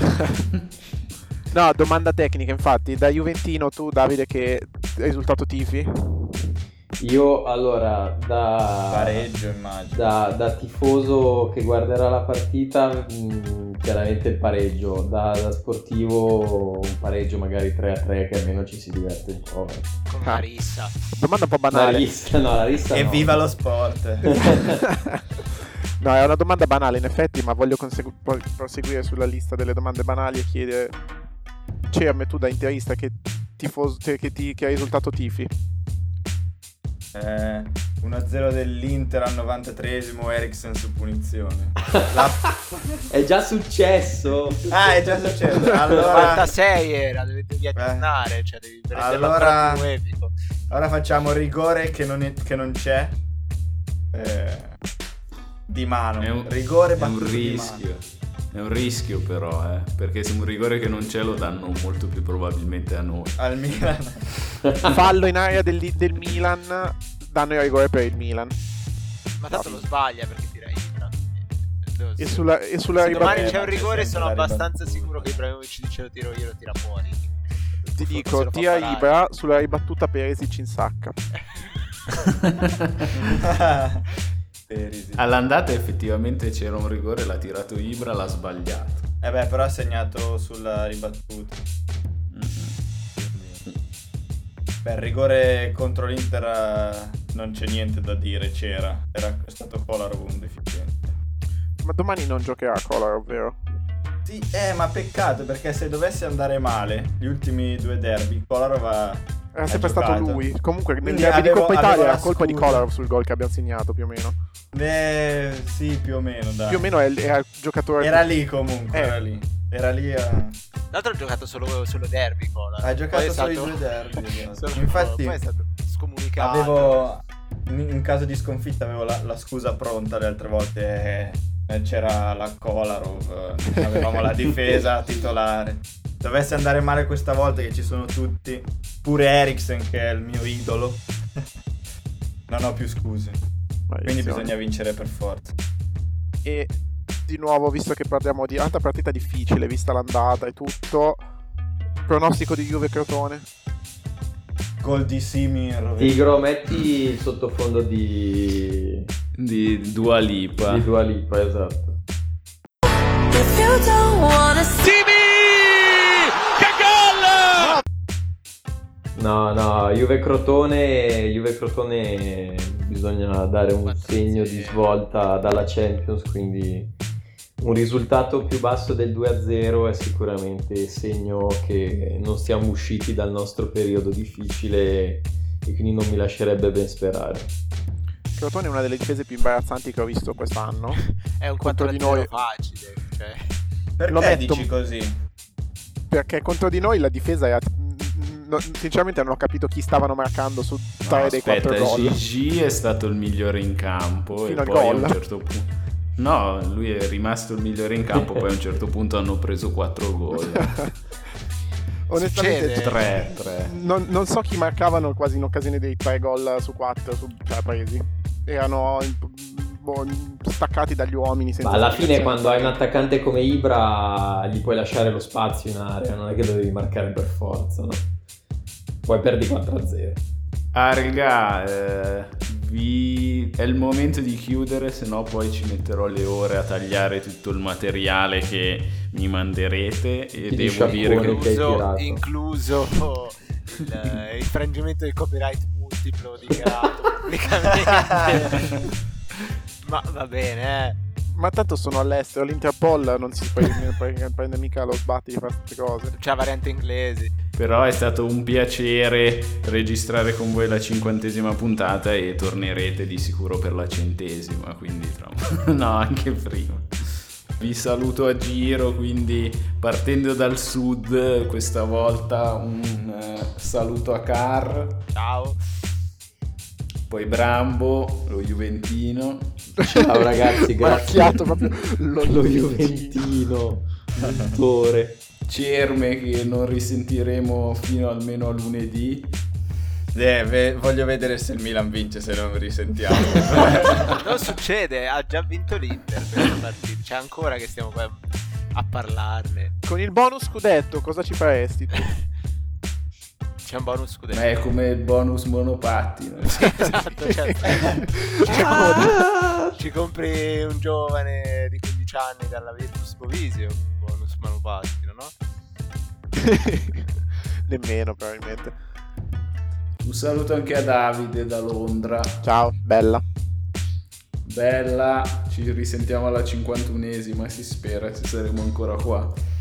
No, domanda tecnica, infatti. Da Juventino tu, Davide, che risultato tifi? Io allora pareggio, immagino. Da tifoso che guarderà la partita, chiaramente il pareggio. Da sportivo un pareggio magari 3-3, che almeno ci si diverte un po'. Con la rissa. Domanda un po' banale. La rissa e no. Viva lo sport. No, è una domanda banale in effetti, ma voglio proseguire sulla lista delle domande banali e chiedere: Cerme, tu da interista che risultato tifi? 1-0 dell'Inter al 93esimo, Eriksen su punizione. È già successo. È già successo. Allora 96 era, devi aggiornare, cioè devi prendere più epico. Allora facciamo rigore che non c'è di mano. È un rigore è un battuto di rischio. mano. È un rischio però, perché se un rigore che non c'è lo danno molto più probabilmente a noi. Al Milan. Fallo in area del Milan, danno il rigore per il Milan. Ma tanto lo sbaglia perché tira Ibra. E sulla Se ribattuta domani c'è un rigore sempre sono la abbastanza ribattuta. sicuro che Ibrahimovic dice lo tiro io, lo tira fuori. ti Forse dico, lo fa tira parare. Ibra, sulla ribattuta Perisic insacca. Perisic. All'andata effettivamente c'era un rigore, l'ha tirato Ibra, l'ha sbagliato. Però ha segnato sulla ribattuta. Per rigore contro l'Inter non c'è niente da dire, era stato Kolarov un deficiente. Ma domani non giocherà Kolarov, vero? Sì, ma peccato, perché se dovesse andare male gli ultimi 2 derby Kolarov Era sempre stato lui. Comunque nel Quindi derby di Coppa avevo Italia la era colpa di scusa. Kolarov sul gol che abbiamo segnato, più o meno. Sì, più o meno, dai. Più o meno era il giocatore. Era lì comunque, Eh. era lì. Era lì L'altro ha giocato solo derby, Kolarov. ha giocato Poi è solo i stato- 2 derby. solo- Infatti poi è stato scomunicato. avevo in caso di sconfitta avevo la scusa pronta, le altre volte c'era la Kolarov, avevamo la difesa titolare. Dovesse andare male questa volta, che ci sono tutti, pure Eriksen che è il mio idolo, non ho più scuse, quindi Maledizione. bisogna vincere per forza. E di nuovo, visto che parliamo di altra partita difficile, vista l'andata e tutto, pronostico di Juve Crotone. Gol di Simi Tigro, metti il sottofondo di Dua Lipa. Dua Lipa, esatto. No, Juve Crotone bisogna dare un 4-0. segno di svolta dalla Champions, quindi un risultato più basso del 2-0 è sicuramente segno che non siamo usciti dal nostro periodo difficile e quindi non mi lascerebbe ben sperare. Crotone è una delle difese più imbarazzanti che ho visto quest'anno. È un contro 4-0 di noi. facile, cioè. Perché Lo metto- dici così? Perché contro di noi la difesa era... sinceramente non ho capito chi stavano marcando su 3 dei 4 Aspetta, gol. Gigi è stato il migliore in campo Fino e al poi a gol. un certo punto... No, lui è rimasto il migliore in campo, poi a un certo punto hanno preso 4 gol. Onestamente Succede. 3. non so chi marcavano quasi in occasione dei 3 gol su 4 presi. Erano staccati dagli uomini senza Ma alla fine indicazioni. quando hai un attaccante come Ibra gli puoi lasciare lo spazio in area, non è che dovevi marcare per forza, no? Poi perdi 4-0. Raga, è il momento di chiudere, se no poi ci metterò le ore a tagliare tutto il materiale che mi manderete e Ti devo dire sciacquone. che... Che hai tirato. Incluso il infrangimento del copyright multiplo dichiarato pubblicamente. Ma va bene, Ma tanto sono all'estero, l'Interpol non si prende mica lo sbatti di fare queste cose. C'è variante inglesi. Però è stato un piacere registrare con voi la 50ª puntata e tornerete di sicuro per la 100ª, quindi no, anche prima. Vi saluto a giro, quindi partendo dal sud questa volta un saluto a Car, Ciao. poi Brambo, lo Juventino. Ciao ragazzi, grazie. Marchiato proprio Lo Juventino, l'autore. Cerme che non risentiremo fino almeno a lunedì. Voglio vedere se il Milan vince, se non risentiamo. Non succede, ha già vinto l'Inter per la partita. C'è ancora che stiamo qua a parlarne. Con il bonus scudetto cosa ci faresti tu? C'è un bonus scudetto. Ma è come il bonus monopattino. Esatto, cioè, ci compri un giovane di 15 anni dalla Virtus Bovisio, bonus monopattino, no? Nemmeno probabilmente. Un saluto anche a Davide da Londra. Ciao, bella. Bella, ci risentiamo alla 51esima, si spera, se saremo ancora qua.